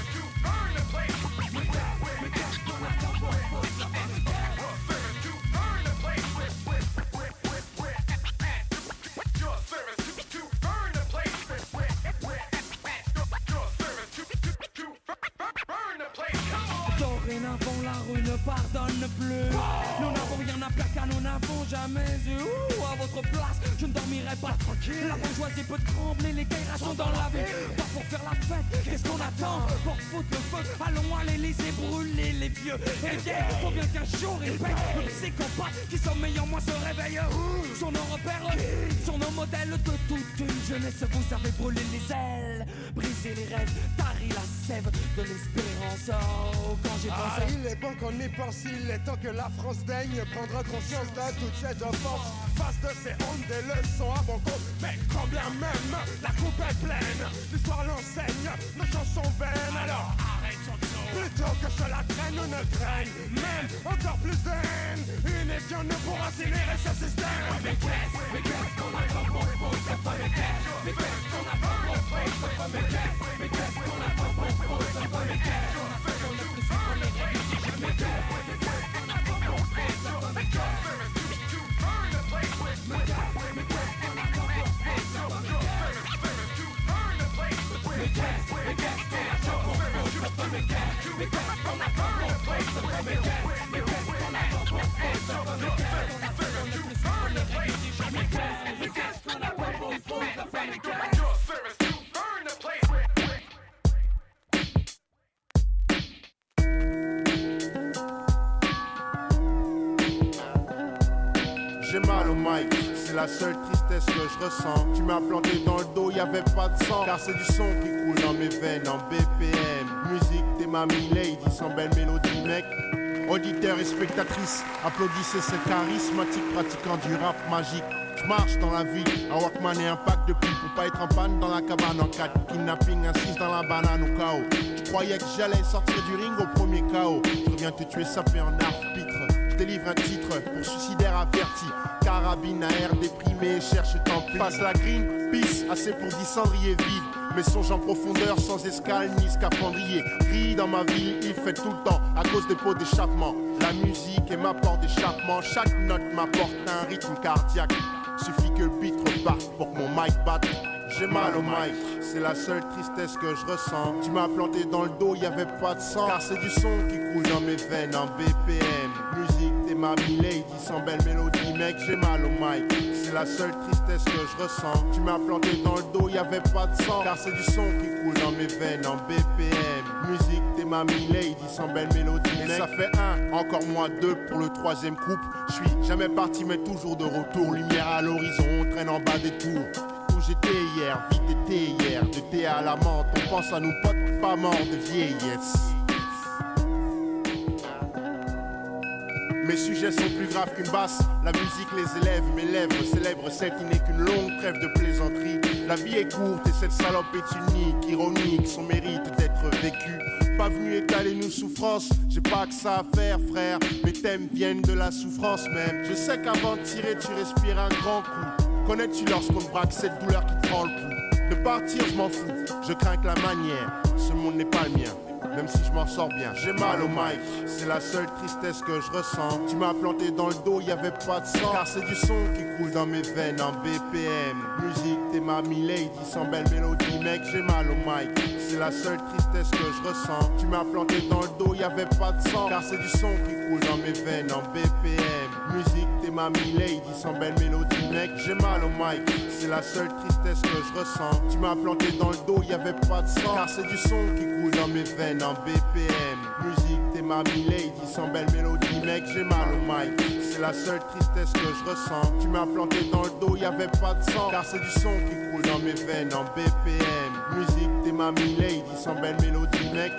Dorénavant la rue ne pardonne plus. Nous n'avons rien à plaquer, nous n'avons jamais eu. Ouh, à votre place, je ne dormirai pas tranquille. La bourgeoisie peut trembler, les gaillards sont dans la ville. Pas pour faire la fête, qu'est-ce qu'on attend? Pour foutre le feu, allons à l'Élysée brûler les vieux et les vieilles. Faut bien qu'un jour ils payent. Le psychopathe qui sommeille en moi se réveille. Sont nos repères, sont nos modèles de toute une jeunesse. Vous avez brûlé les ailes, brisé les rêves, tari la sève de l'espérance. Oh, quand j'ai pensé... Ah, il est bon qu'on y pense, il est temps que la France daigne prendre conscience de toutes ces offenses. Face de ces hontes, des leçons à bon compte. Mais quand bien même la coupe est pleine, l'histoire l'enseigne, nos chansons vaines. Alors arrêtons tout. Plutôt que cela traîne ou ne traîne, même encore plus de haine. Une évian ne pourra incinérer ce système. Mais qu'est-ce, mais qu'est-ce qu'on a pas bon pour se faire mais qu'est-ce, mais qu'est-ce qu'on a pas bon pour se faire mais qu'est-ce, mais qu'est-ce qu'on a pas bon pour se faire mais qu'est-ce. J'ai mal au mic, c'est la seule tristesse que je ressens. Tu m'as planté dans le dos, y'avait pas de sang. Car c'est du son qui coule dans mes veines en B P M. Musique des mamies lady, sans belle mélodie mec. Auditeurs et spectatrices, applaudissez ce charismatique pratiquant du rap magique. Je marche dans la vie, un Walkman et un pack de pile pour pas être en panne dans la cabane en quatre. Kidnapping, assise dans la banane au chaos. Je croyais que j'allais sortir du ring au premier chaos. Je reviens te tuer sapé en arbitre. Je délivre un titre pour suicidaire averti. Carabine à air déprimé, cherche tant pis. Passe la green, pisse, assez pour dix cendriers vides. Mes songes en profondeur, sans escale ni scaphandrier. Crie dans ma ville, il fait tout le temps à cause des pots d'échappement. La musique est ma porte d'échappement. Chaque note m'apporte un rythme cardiaque. Suffit que le beat reparte pour que mon mic batte. J'ai mal au mic, c'est la seule tristesse que je ressens. Tu m'as planté dans le dos, y'avait pas de sang. Car c'est du son qui coule dans mes veines en B P M. Musique des mamies lady, sans belle mélodie mec, j'ai mal au mic. C'est la seule tristesse que je ressens. Tu m'as planté dans le dos, y'avait pas de sang. Car c'est du son qui coule dans mes veines en B P M. Musique des mamies lady, sans belle mélodie mec. Et ça fait un, encore moins deux pour le troisième couple. Je suis jamais parti mais toujours de retour. Lumière à l'horizon, on traîne en bas des tours. J'étais hier, vite été hier, de thé à la menthe, on pense à nos potes pas morts de vieillesse. Mes sujets sont plus graves qu'une basse, la musique les élève, mes lèvres célèbrent celle qui n'est qu'une longue trêve de plaisanterie. La vie est courte et cette salope est unique, ironique, son mérite d'être vécu. Pas venu étaler nos souffrances, j'ai pas que ça à faire frère, mes thèmes viennent de la souffrance même. Je sais qu'avant de tirer tu respires un grand coup. Connais-tu lorsqu'on te braque cette douleur qui te prend le pouls? De partir je m'en fous, je crains que la manière, ce monde n'est pas le mien. Même si je m'en sors bien, j'ai mal au mic, c'est la seule tristesse que je ressens. Tu m'as planté dans le dos, y'avait pas de sang. Car c'est du son qui coule dans mes veines en B P M. Musique des mamies lady, sans belle mélodie mec, j'ai mal au mic. C'est la seule tristesse que je ressens. Tu m'as planté dans le dos, y'avait pas de sang. Car c'est du son qui coule dans mes veines en B P M. Musique, t'es ma lady sans belle mélodie, mec. J'ai mal au mic, c'est la seule tristesse que je ressens. Tu m'as planté dans le dos, y'avait pas de sang. Car c'est du son qui coule dans mes veines en B P M. Musique, t'es ma lady sans belle mélodie, mec. J'ai mal au mic, c'est la seule tristesse que je ressens. Tu m'as planté dans le dos, y'avait pas de sang. Car c'est du son qui coule dans mes veines en B P M. Musique, t'es ma lady sans belle mélodie, mec.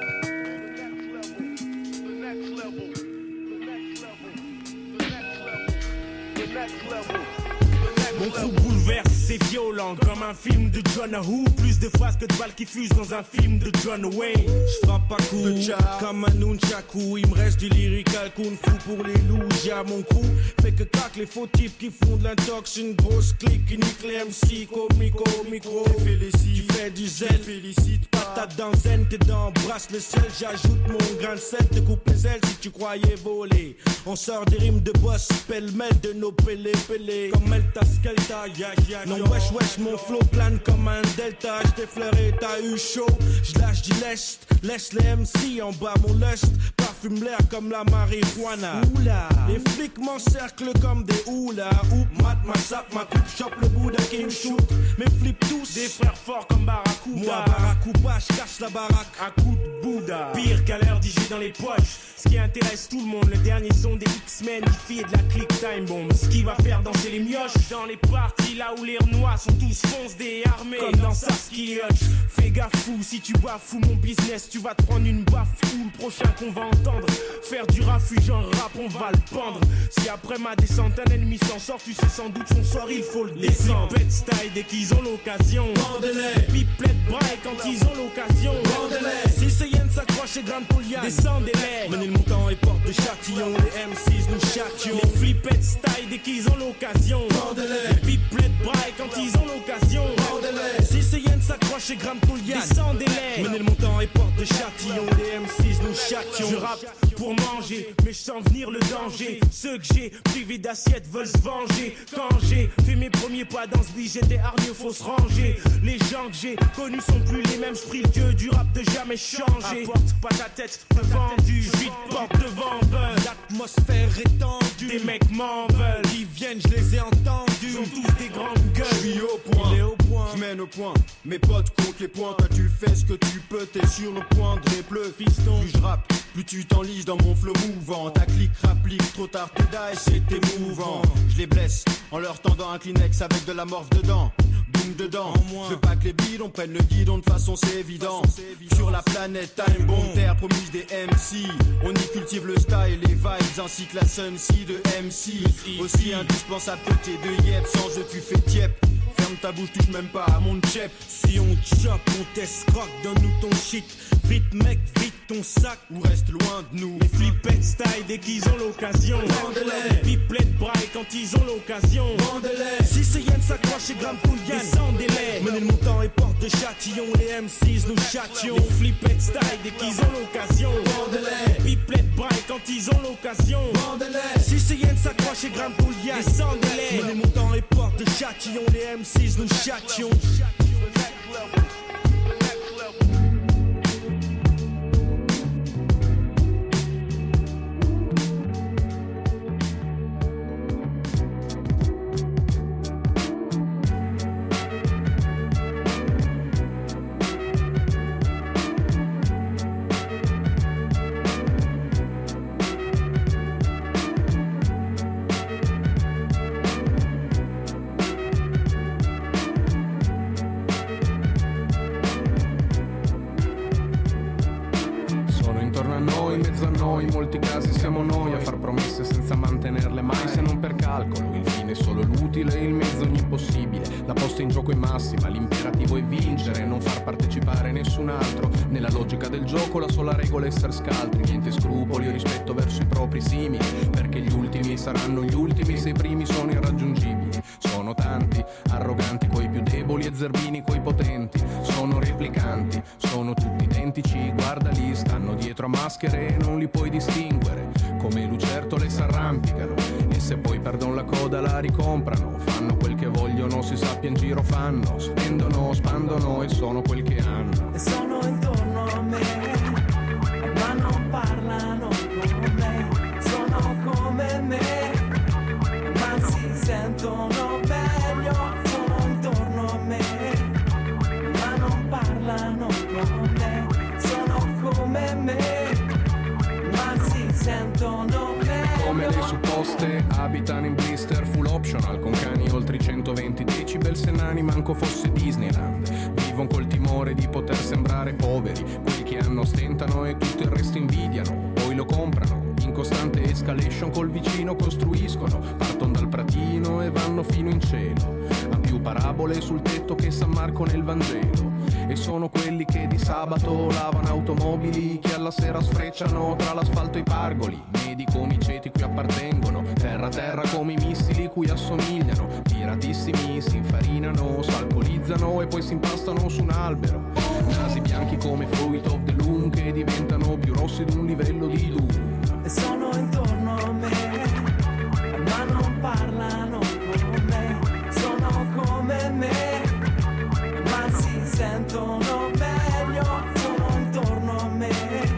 Mon crew bouleverse, c'est violent comme un film de John Woo. Plus de phrases que de balles qui fusent dans un film de John Wayne. J'frappe à coup comme un nunchaku. Il me reste du lyrical kung fu pour les loups. J'ai à mon crew fait que cac les faux types qui font de l'intox. Une grosse clique qui nique les M C. Comico, micro, félicite. Tu fais du zèle, félicite. Patate dans zen, t'es dans brasse le sel. J'ajoute mon grain de sel, te coupe les ailes si tu croyais voler. On sort des rimes de boss, pêle-mêle de nos pélés pélés. Comme Elta Skelta, ya ya. Non wesh wesh, mon flow plane comme un delta. J't'ai flairé, t'as eu chaud. J'lâche du lest, laisse les M C en bas mon lust. Parfume l'air comme la marijuana. Oula, les flics m'encerclent comme des houlas. Oup, mat, ma sap, ma coupe, chope le bout d'un king shoot. Mes flips tous, des frères forts comme Barracuda. Moi, Barracuda, j'casse la baraque à coup de Bouddha. Pire qu'à l'heure d'I G dans les poches. Ce qui intéresse tout le monde, le dernier son des X-Men, Ify et de la click time bomb. Ce qui va faire danser les mioches dans les parties là où les renois sont tous foncés et armés. Comme dans Saskia Hutch. Fais gaffe fou, si tu bafoues mon business, tu vas te prendre une baffe ou le prochain qu'on va entendre. Faire du rafuge en rap, on va le pendre. Si après ma descente un ennemi s'en sort, tu sais sans doute son sort, il faut le descendre. Les flipettes style dès qu'ils ont l'occasion. Vendez-les. Pipelettes braille quand ils ont l'occasion. Vendez-les. Si c'est Yen s'accroche et Grande Poliane, descendez-les. Menez le montant et porte de châtillon. Les M six nous châtions. Les flipettes style dès qu'ils ont l'occasion. Vendez-les. Les pipelettes braille quand ils ont l'occasion. Vendez-les. Si c'est Yen s'accroche et Grande Poliane, descendez-les. Menez le montant et porte de châtillon. Les M six nous châtions. Je rappe pour manger, mais je sens venir le danger. Ceux que j'ai privés d'assiette veulent se venger. Quand j'ai fait mes premiers pas dans ce billet, j'étais hargneux, faut se ranger. Les gens que j'ai connus sont plus les mêmes. J'prie le dieu du rap de jamais changer. Apporte pas ta tête de vendu, vite porte devant buzz. L'atmosphère est tendue, des mecs m'en veulent. Ils viennent, je les ai entendus. Ils sont tous des grandes gueules. Je suis au point, je mène au point. Mes potes comptent les points, toi tu fais ce que tu peux. T'es sur le point de répleu, fiston. Plus je rappe, plus tu t'enlises dans mon flow mouvant. Ta clique rapplique, trop tard t'es die, c'est émouvant. Je les blesse en leur tendant un Kleenex avec de la morphe dedans. Boum dedans, je veux pas que les bidons prennent le guidon, de façon c'est évident. Sur la planète Time Bomb, terre promise des M C. On y cultive le style, les vibes ainsi que la Sun C de M C. Aussi indispensable côté de Yep, sans eux tu fais tiep. Ferme ta bouche, touche même pas à mon chep. Si on chope, on teste croc, donne-nous ton shit. Vite mec, vite ton sac, ou reste loin de nous. Les flipettes style dès qu'ils ont l'occasion. Vendez-les. Les pipelettes braille quand ils ont l'occasion. Vendez-les. Si c'est Yen s'accroche et Grande Poliane, descendez-les. Menez le montant et porte de châtillon. Les M six nous châtions. Les flipettes style dès qu'ils ont l'occasion. Vendez-les. Les pipelettes braille quand ils ont l'occasion. Vendez-les. Si c'est Yen s'accroche et Grande Poliane, descendez-les. Menez le montant et porte de châtillon. Les M six nous châtions. In molti casi siamo noi a far promesse senza mantenerle mai, se non per calcolo. Il fine è solo l'utile e il mezzo ogni possibile. La posta in gioco è massima, l'imperativo è vincere, non far partecipare nessun altro. Nella logica del gioco la sola regola è essere scaltri, niente scrupoli o rispetto verso i propri simili, perché gli ultimi saranno gli ultimi se i primi sono irraggiungibili. Sono tanti, arroganti coi più deboli e zerbini coi potenti. Sono replicanti, sono tutti identici, guardali, stanno dietro a maschere e non li puoi distinguere. Come lucertole s'arrampicano e se poi perdono la coda la ricomprano. Fanno quel che vogliono, si sappia in giro fanno. Spendono, spandono e sono quel che hanno. E sono intorno a me, ma non parlano con me. Sono come me, sentono meglio, sono intorno a me, ma non parlano con me, sono come me, ma si sentono meglio. Come le supposte abitano in blister full optional, con cani oltre i centoventi decibel, se nani manco fosse Disneyland. Vivono col timore di poter sembrare poveri, quelli che hanno ostentano e tutto il resto invidiano, poi lo comprano. In costante escalation col vicino costruiscono, partono dal pratino e vanno fino in cielo. Ha più parabole sul tetto che San Marco nel Vangelo. E sono quelli che di sabato lavano automobili, che alla sera sfrecciano tra l'asfalto e i pargoli. Medi come i ceti cui appartengono, terra a terra come i missili cui assomigliano. Tiratissimi si infarinano, s'alcolizzano e poi si impastano su un albero. Nasi bianchi come Fruit of the Loom, che diventano più rossi di un livello di Doom. E sono intorno a me, ma non parlano con me, sono come me, ma si sentono meglio, sono intorno a me,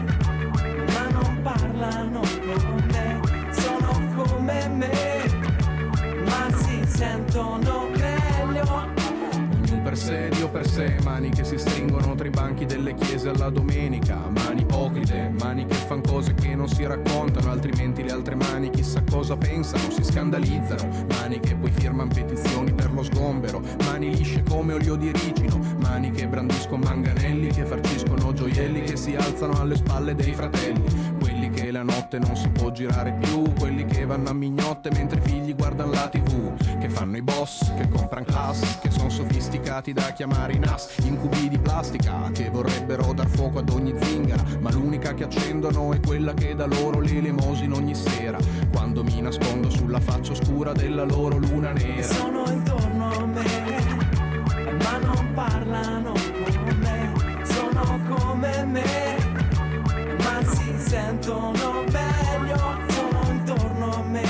ma non parlano con me, sono come me, ma si sentono meglio. Ognuno per sé, Dio per sé, mani che si stringono tra i banchi delle chiese alla domenica, mani ipocrite, mani che fan cose che non si raccontano, altrimenti le altre mani chissà cosa pensano, si scandalizzano, mani che poi firman petizioni per lo sgombero, mani lisce come olio di ricino, mani che brandiscono manganelli, che farciscono gioielli, che si alzano alle spalle dei fratelli, quelli che la notte non si può girare più, quelli che vanno a mignotte mentre i figli guardano la tivù, che fanno i boss, che compran class, che sono sofisticati da chiamare i N A S, incubi di plastica, che vorrebbero dar fuoco ad ogni zingara, ma l'unica che accendono è quella che dà loro l'elemosina ogni sera, quando mi nascondo sulla faccia oscura della loro luna nera. E sono intorno a me, ma non parlano con me, sono come me, ma si sentono meglio, sono intorno a me,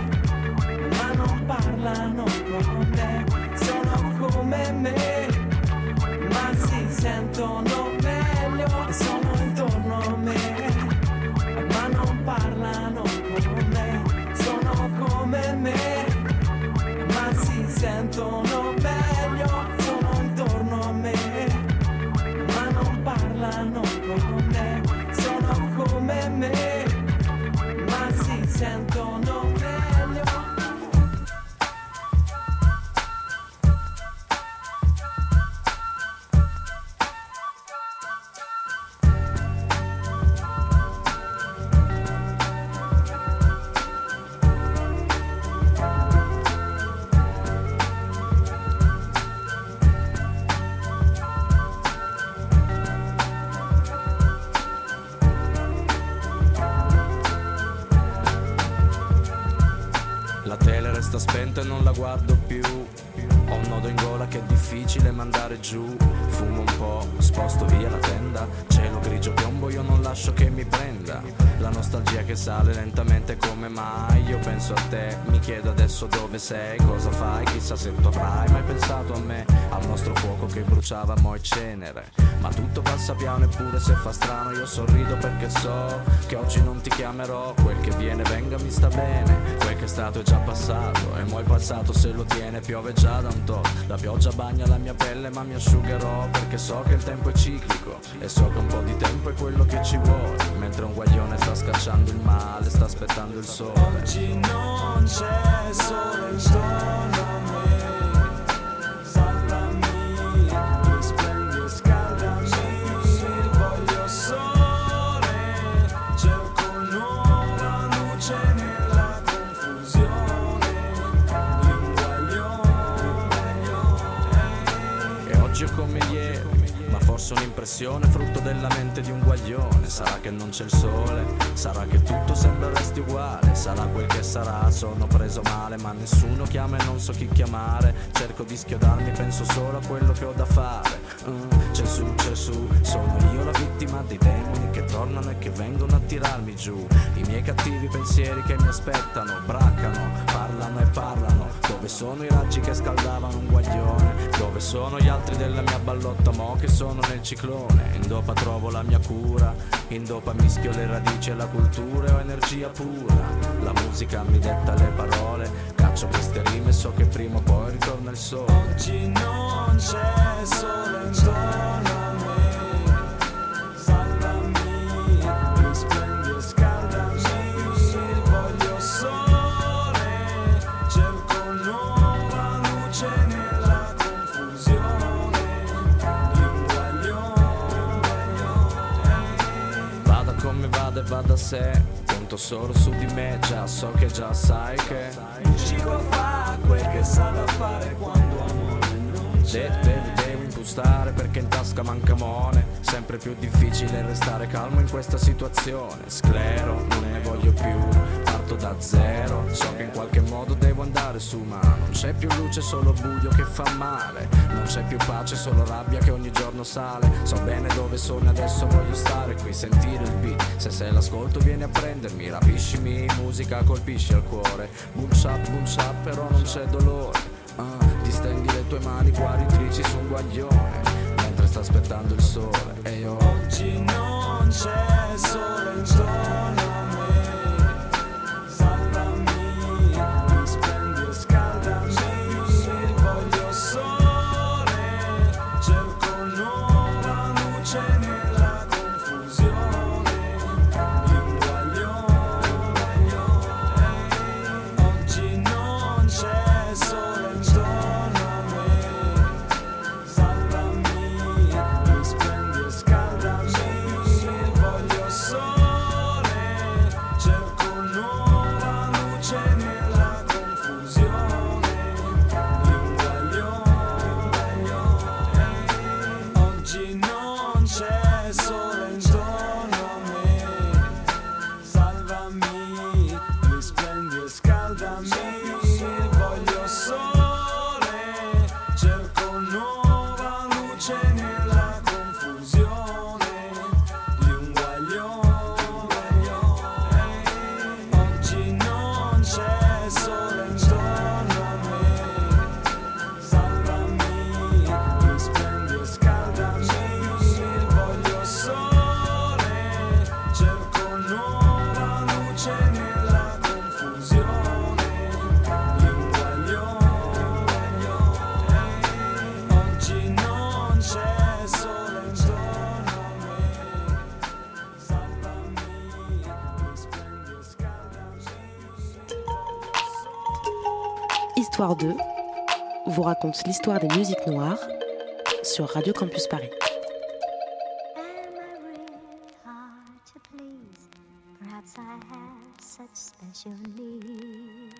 ma non parlano con me, sono come me, ma si sentono meglio, sono intorno a me, ma non parlano con me, sono come me, ma si sentono meglio, sono intorno a me, ma non parlano con me, sono come me, ma si sentono meglio. La tele resta spenta e non la guardo più. Ho un nodo in gola che è difficile mandare giù. Fumo un po', sposto via la tenda. Cielo grigio piombo, io non lascio che mi prenda. La nostalgia che sale lentamente, come mai? Io penso a te, mi chiedo adesso dove sei, cosa fai, chissà se tu avrai mai pensato a me, al nostro fuoco che bruciava mo' e cenere. Ma tutto passa piano eppure se fa strano io sorrido perché so che oggi non ti chiamerò. Quel che viene venga mi sta bene, quel che è stato è già passato, e mo' il passato se lo tiene piove già da un to'. La pioggia bagna la mia pelle ma mi asciugherò, perché so che il tempo è ciclico e so che un po' di tempo è quello che ci vuole, mentre un guaglione sta scacciando il male, sta aspettando il sole. Oggi non c'è sole intorno a me, salvami, risplendi e scaldami, voglio sole, cerco nuova luce nella confusione di un guaglione. E oggi è come ieri, ma forse un'impressione frutto della mente di un guaglione. Sarà che non c'è il sole, sarà che tutto sembra resti uguale, sarà quel che sarà, sono preso male ma nessuno chiama e non so chi chiamare. Cerco di schiodarmi, penso solo a quello che ho da fare. mm, C'è su, c'è su, sono io la vittima dei demoni che tornano e che vengono a tirarmi giù. I miei cattivi pensieri che mi aspettano, braccano, parlano e parlano. Dove sono i raggi che scaldavano un guaglione? Dove sono gli altri della mia ballotta mo' che sono nel ciclone? In dopa trovo la mia cura, in dopa mischio le radici e la cultura, e ho energia pura. La musica mi detta le parole, cazzo faccio queste rime, so che prima o poi ritorna il sole. Oggi non c'è sole intorno a me, salvami, risplendi e scaldami, voglio sole, cerco nuova luce nella confusione di un guaglione. Vada come vada e va da sé, conto solo su di me, già so che già sai che Cibo fa quel che sa da fare quando amore non c'è. De- devi, devi impostare perché in tasca manca mone. Sempre più difficile restare calmo in questa situazione. Sclero, non ne voglio più, parto da zero. So che in qualche modo devo andare su, ma non c'è più luce, solo buio che fa male. Non c'è più pace, solo rabbia che ogni giorno sale. So bene dove sono, adesso voglio stare qui, sentire il beat. Se sei l'ascolto vieni a prendermi, rapiscimi, musica colpisci al cuore. Boom shap, boom shap, però non c'è dolore. Uh, ti stendi le tue mani guaritrici su un guaglione mentre sta aspettando il sole e io oggi non c'è sole intorno a me, salvami, risprendi e scaldami, voglio sole, cerco nuova luce nella confusione di un guaglione. Oggi non c'è sole intorno a me, salvami, risprendi e scaldami, voglio sole, cerco nuova luce nella confusione di un guaglione. Oggi non c'è sole intorno a me, salvami, risprendi e scaldami, voglio sole, cerco nuova luce nella confusione di un guaglione. Oggi non c'è sole intorno a me, salvami, risprendi e scaldami, voglio sole, cerco nuova luce nella confusione di un guaglione. Oggi non c'è sole intorno a me, salvami, risprendi e scaldami. Histoire deux vous raconte l'histoire des musiques noires sur Radio Campus Paris. Perhaps I have such special needs.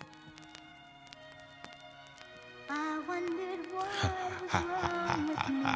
I wondered what was wrong with me.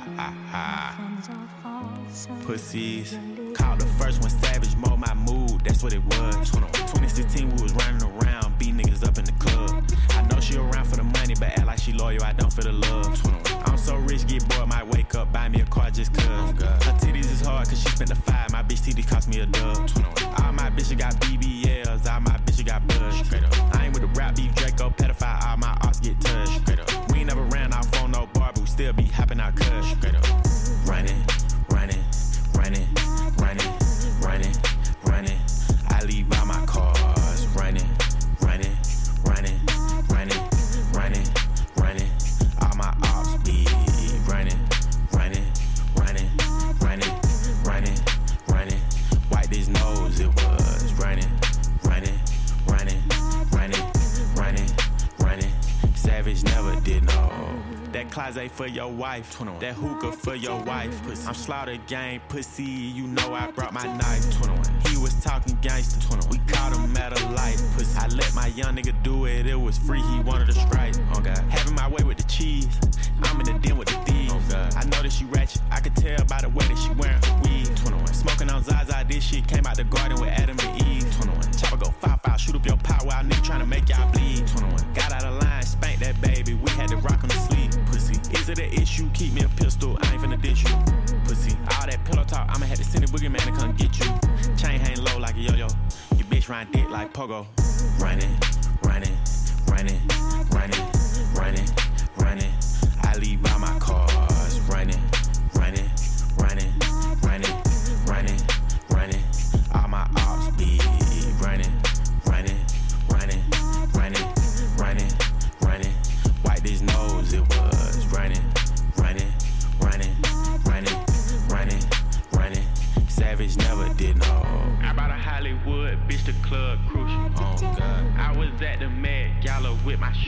My friends all fall so Pussies. Called the first one savage, mold my mood, that's what it was. twenty sixteen, we was running around, beat niggas up in the club. I know she around for the money, but act like she loyal, I don't for the love. I'm so rich, get bored, might wake up, buy me a car just cuz. Her titties is hard, cause she spent the five, my bitch titties cost me a dub. All my bitches got B B Ls, all my bitches got buzz. I ain't with the rap beef, Draco, pedophile, all my arts get touched. We ain't never ran off on no bar, but we still be hopping out cuz. Running, running, running, running, running, running. I leave all my cars running, running, running, running, running, running. All my ops be running, running, running, running, running, running. Wipe this nose, it was running, running, running, running, running, running. Savage never did no. That closet for your wife, that hookah for your wife. I'm slaughter gang, pussy, you know I brought my knife. He was talking gangster, we caught him at a light. Pussy. I let my young nigga do it, it was free, he wanted a strike. Oh God. Having my way with the cheese, I'm in the den with the thieves. Oh God. I know that she ratchet, I could tell by the way that she wearing her weed. Smoking on Zaza, this shit came out the garden with Adam and Eve. Chopper go five five, shoot up your pot while nigga tryna make y'all bleed. Got out of line, spanked that baby, we had to rock on the sleeve. Pussy, is it an issue? Keep me a pistol, I ain't finna dish you. Pussy, all that pillow talk, I'ma have to send a boogeyman to come get you. Chain hang low like a yo-yo, your bitch ride dick like pogo. Running, running, running, running, running, running. I leave all my cars running, running, running, running, running, running. All my ops be running, running, running, running, running.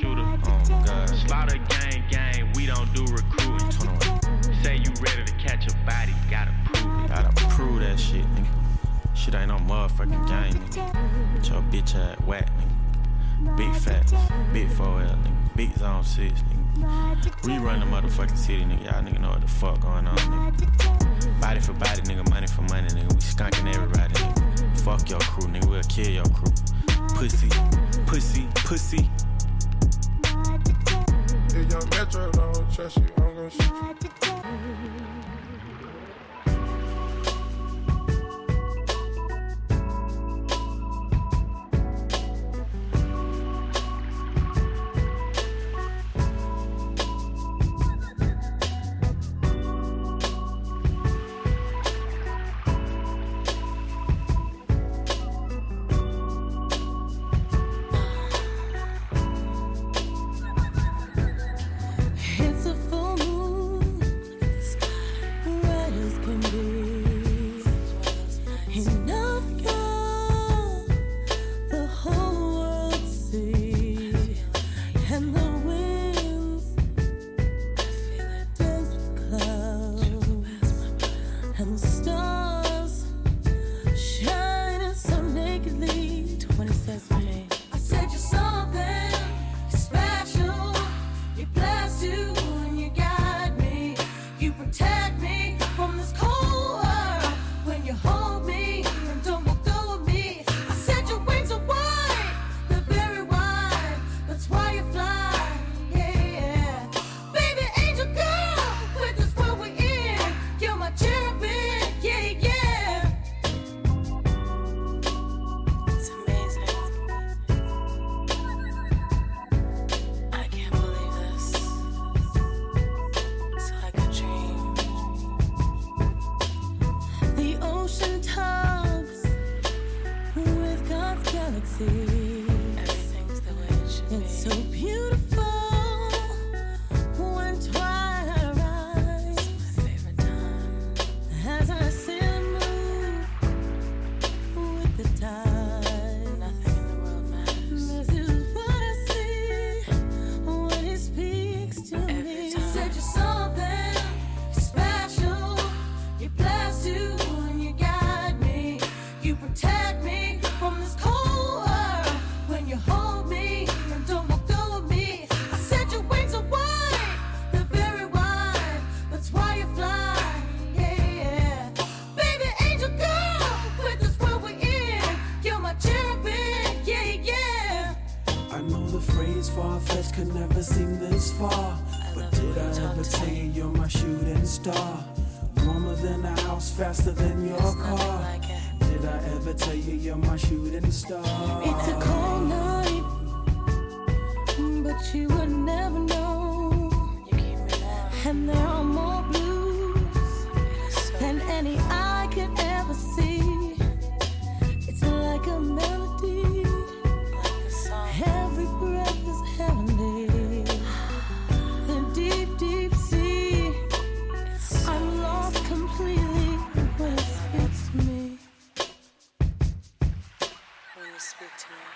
shooter. Oh God. Slaughter gang, gang, we don't do recruiting. Say you ready to catch a body, gotta prove it. Gotta prove that shit, nigga. Shit ain't no motherfucking game, nigga. Get your bitch ass whack, nigga. Big facts, big four L, nigga. Big zone six, nigga. We run the motherfucking city, nigga. Y'all nigga know what the fuck going on, nigga. Body for body, nigga. Money for money, nigga. We skunking everybody, nigga. Fuck your crew, nigga. We'll kill your crew. Pussy, pussy, pussy. If young Metro don't trust you, I'm gonna shoot you. It's a full moon, bright as can be. Enough for the whole world to see, and the winds dance with clouds, and the stars shining so nakedly. Twenty says to me, I said you're something special. You bless you and you guide me. You protect me from this cold world. When you hold me and don't let go of me. I said your wings are wide, they're very wide. That's why you fly, yeah. Baby angel girl, with this world we're in. You're my cherubim, yeah, yeah. It's amazing. I can't believe this. It's like a dream. The ocean tugs with God's galaxy. Everything's the way it should be. It's so beautiful when twilight rises. It's my favorite time. As I sit and move with the tide. Nothing in the world matters. This is what I see when he speaks to me. He said you're something special. You bless you and you guide me. You protect me from this cold world. When you hold me and don't let go of me. I said your wings are wide, they're very wide. That's why you fly, yeah. Baby angel girl, with this world we're in. You're my cherubim, yeah, yeah. I know the phrase far-fetched could never seem this far. But did I ever tell you you're my shooting star? Warmer than a house, faster than your car. Did I ever tell you you're my shooting star? It's a cold night, but you would never know. You keep me warm. And there are more blues than any eye could ever see. It's like a melody. Every breath is heavenly. The deep, deep sea. I'm lost completely when it speaks to me. When you speak to me.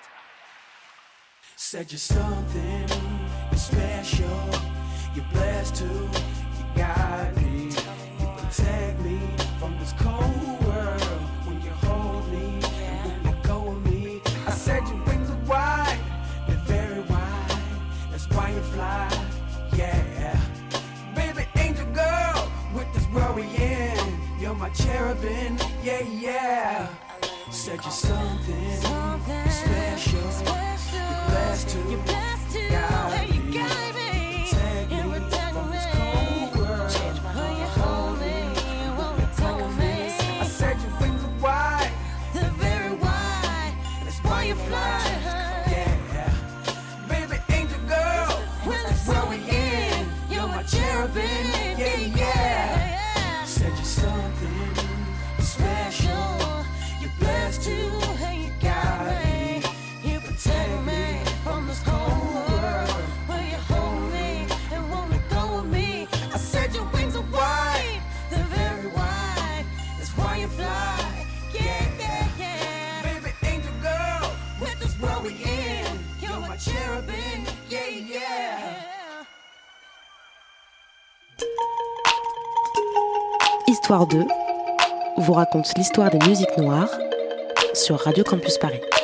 Said you're something special. You're blessed to, you guide me. You protect me from this cold world. When you hold me and when you go with me. I said your wings are wide, they're very wide. That's why you fly, yeah. Baby angel girl, with this world we in. You're my cherubim, yeah, yeah. Said you're something, special. You're blessed to, You're blessed to, guide you me. guide me. Protect You me protect from this me. cold world. When you hold me, you won't tell me. I said your wings are wide, They're very wide. That's why you fly. yeah. Baby angel girl, When this it's world we all in. in, You're my cherubim, yeah, yeah. Said you're something special. You're blessed to, You guide guide me. me. You protect me from this cold world. When you hold me and won't let go of me. I said your wings are wide. They're very wide. That's why you fly. Yeah, yeah, yeah. Baby angel girl, With this world we in. You're my cherubim. Histoire deux vous raconte l'histoire des musiques noires sur Radio Campus Paris.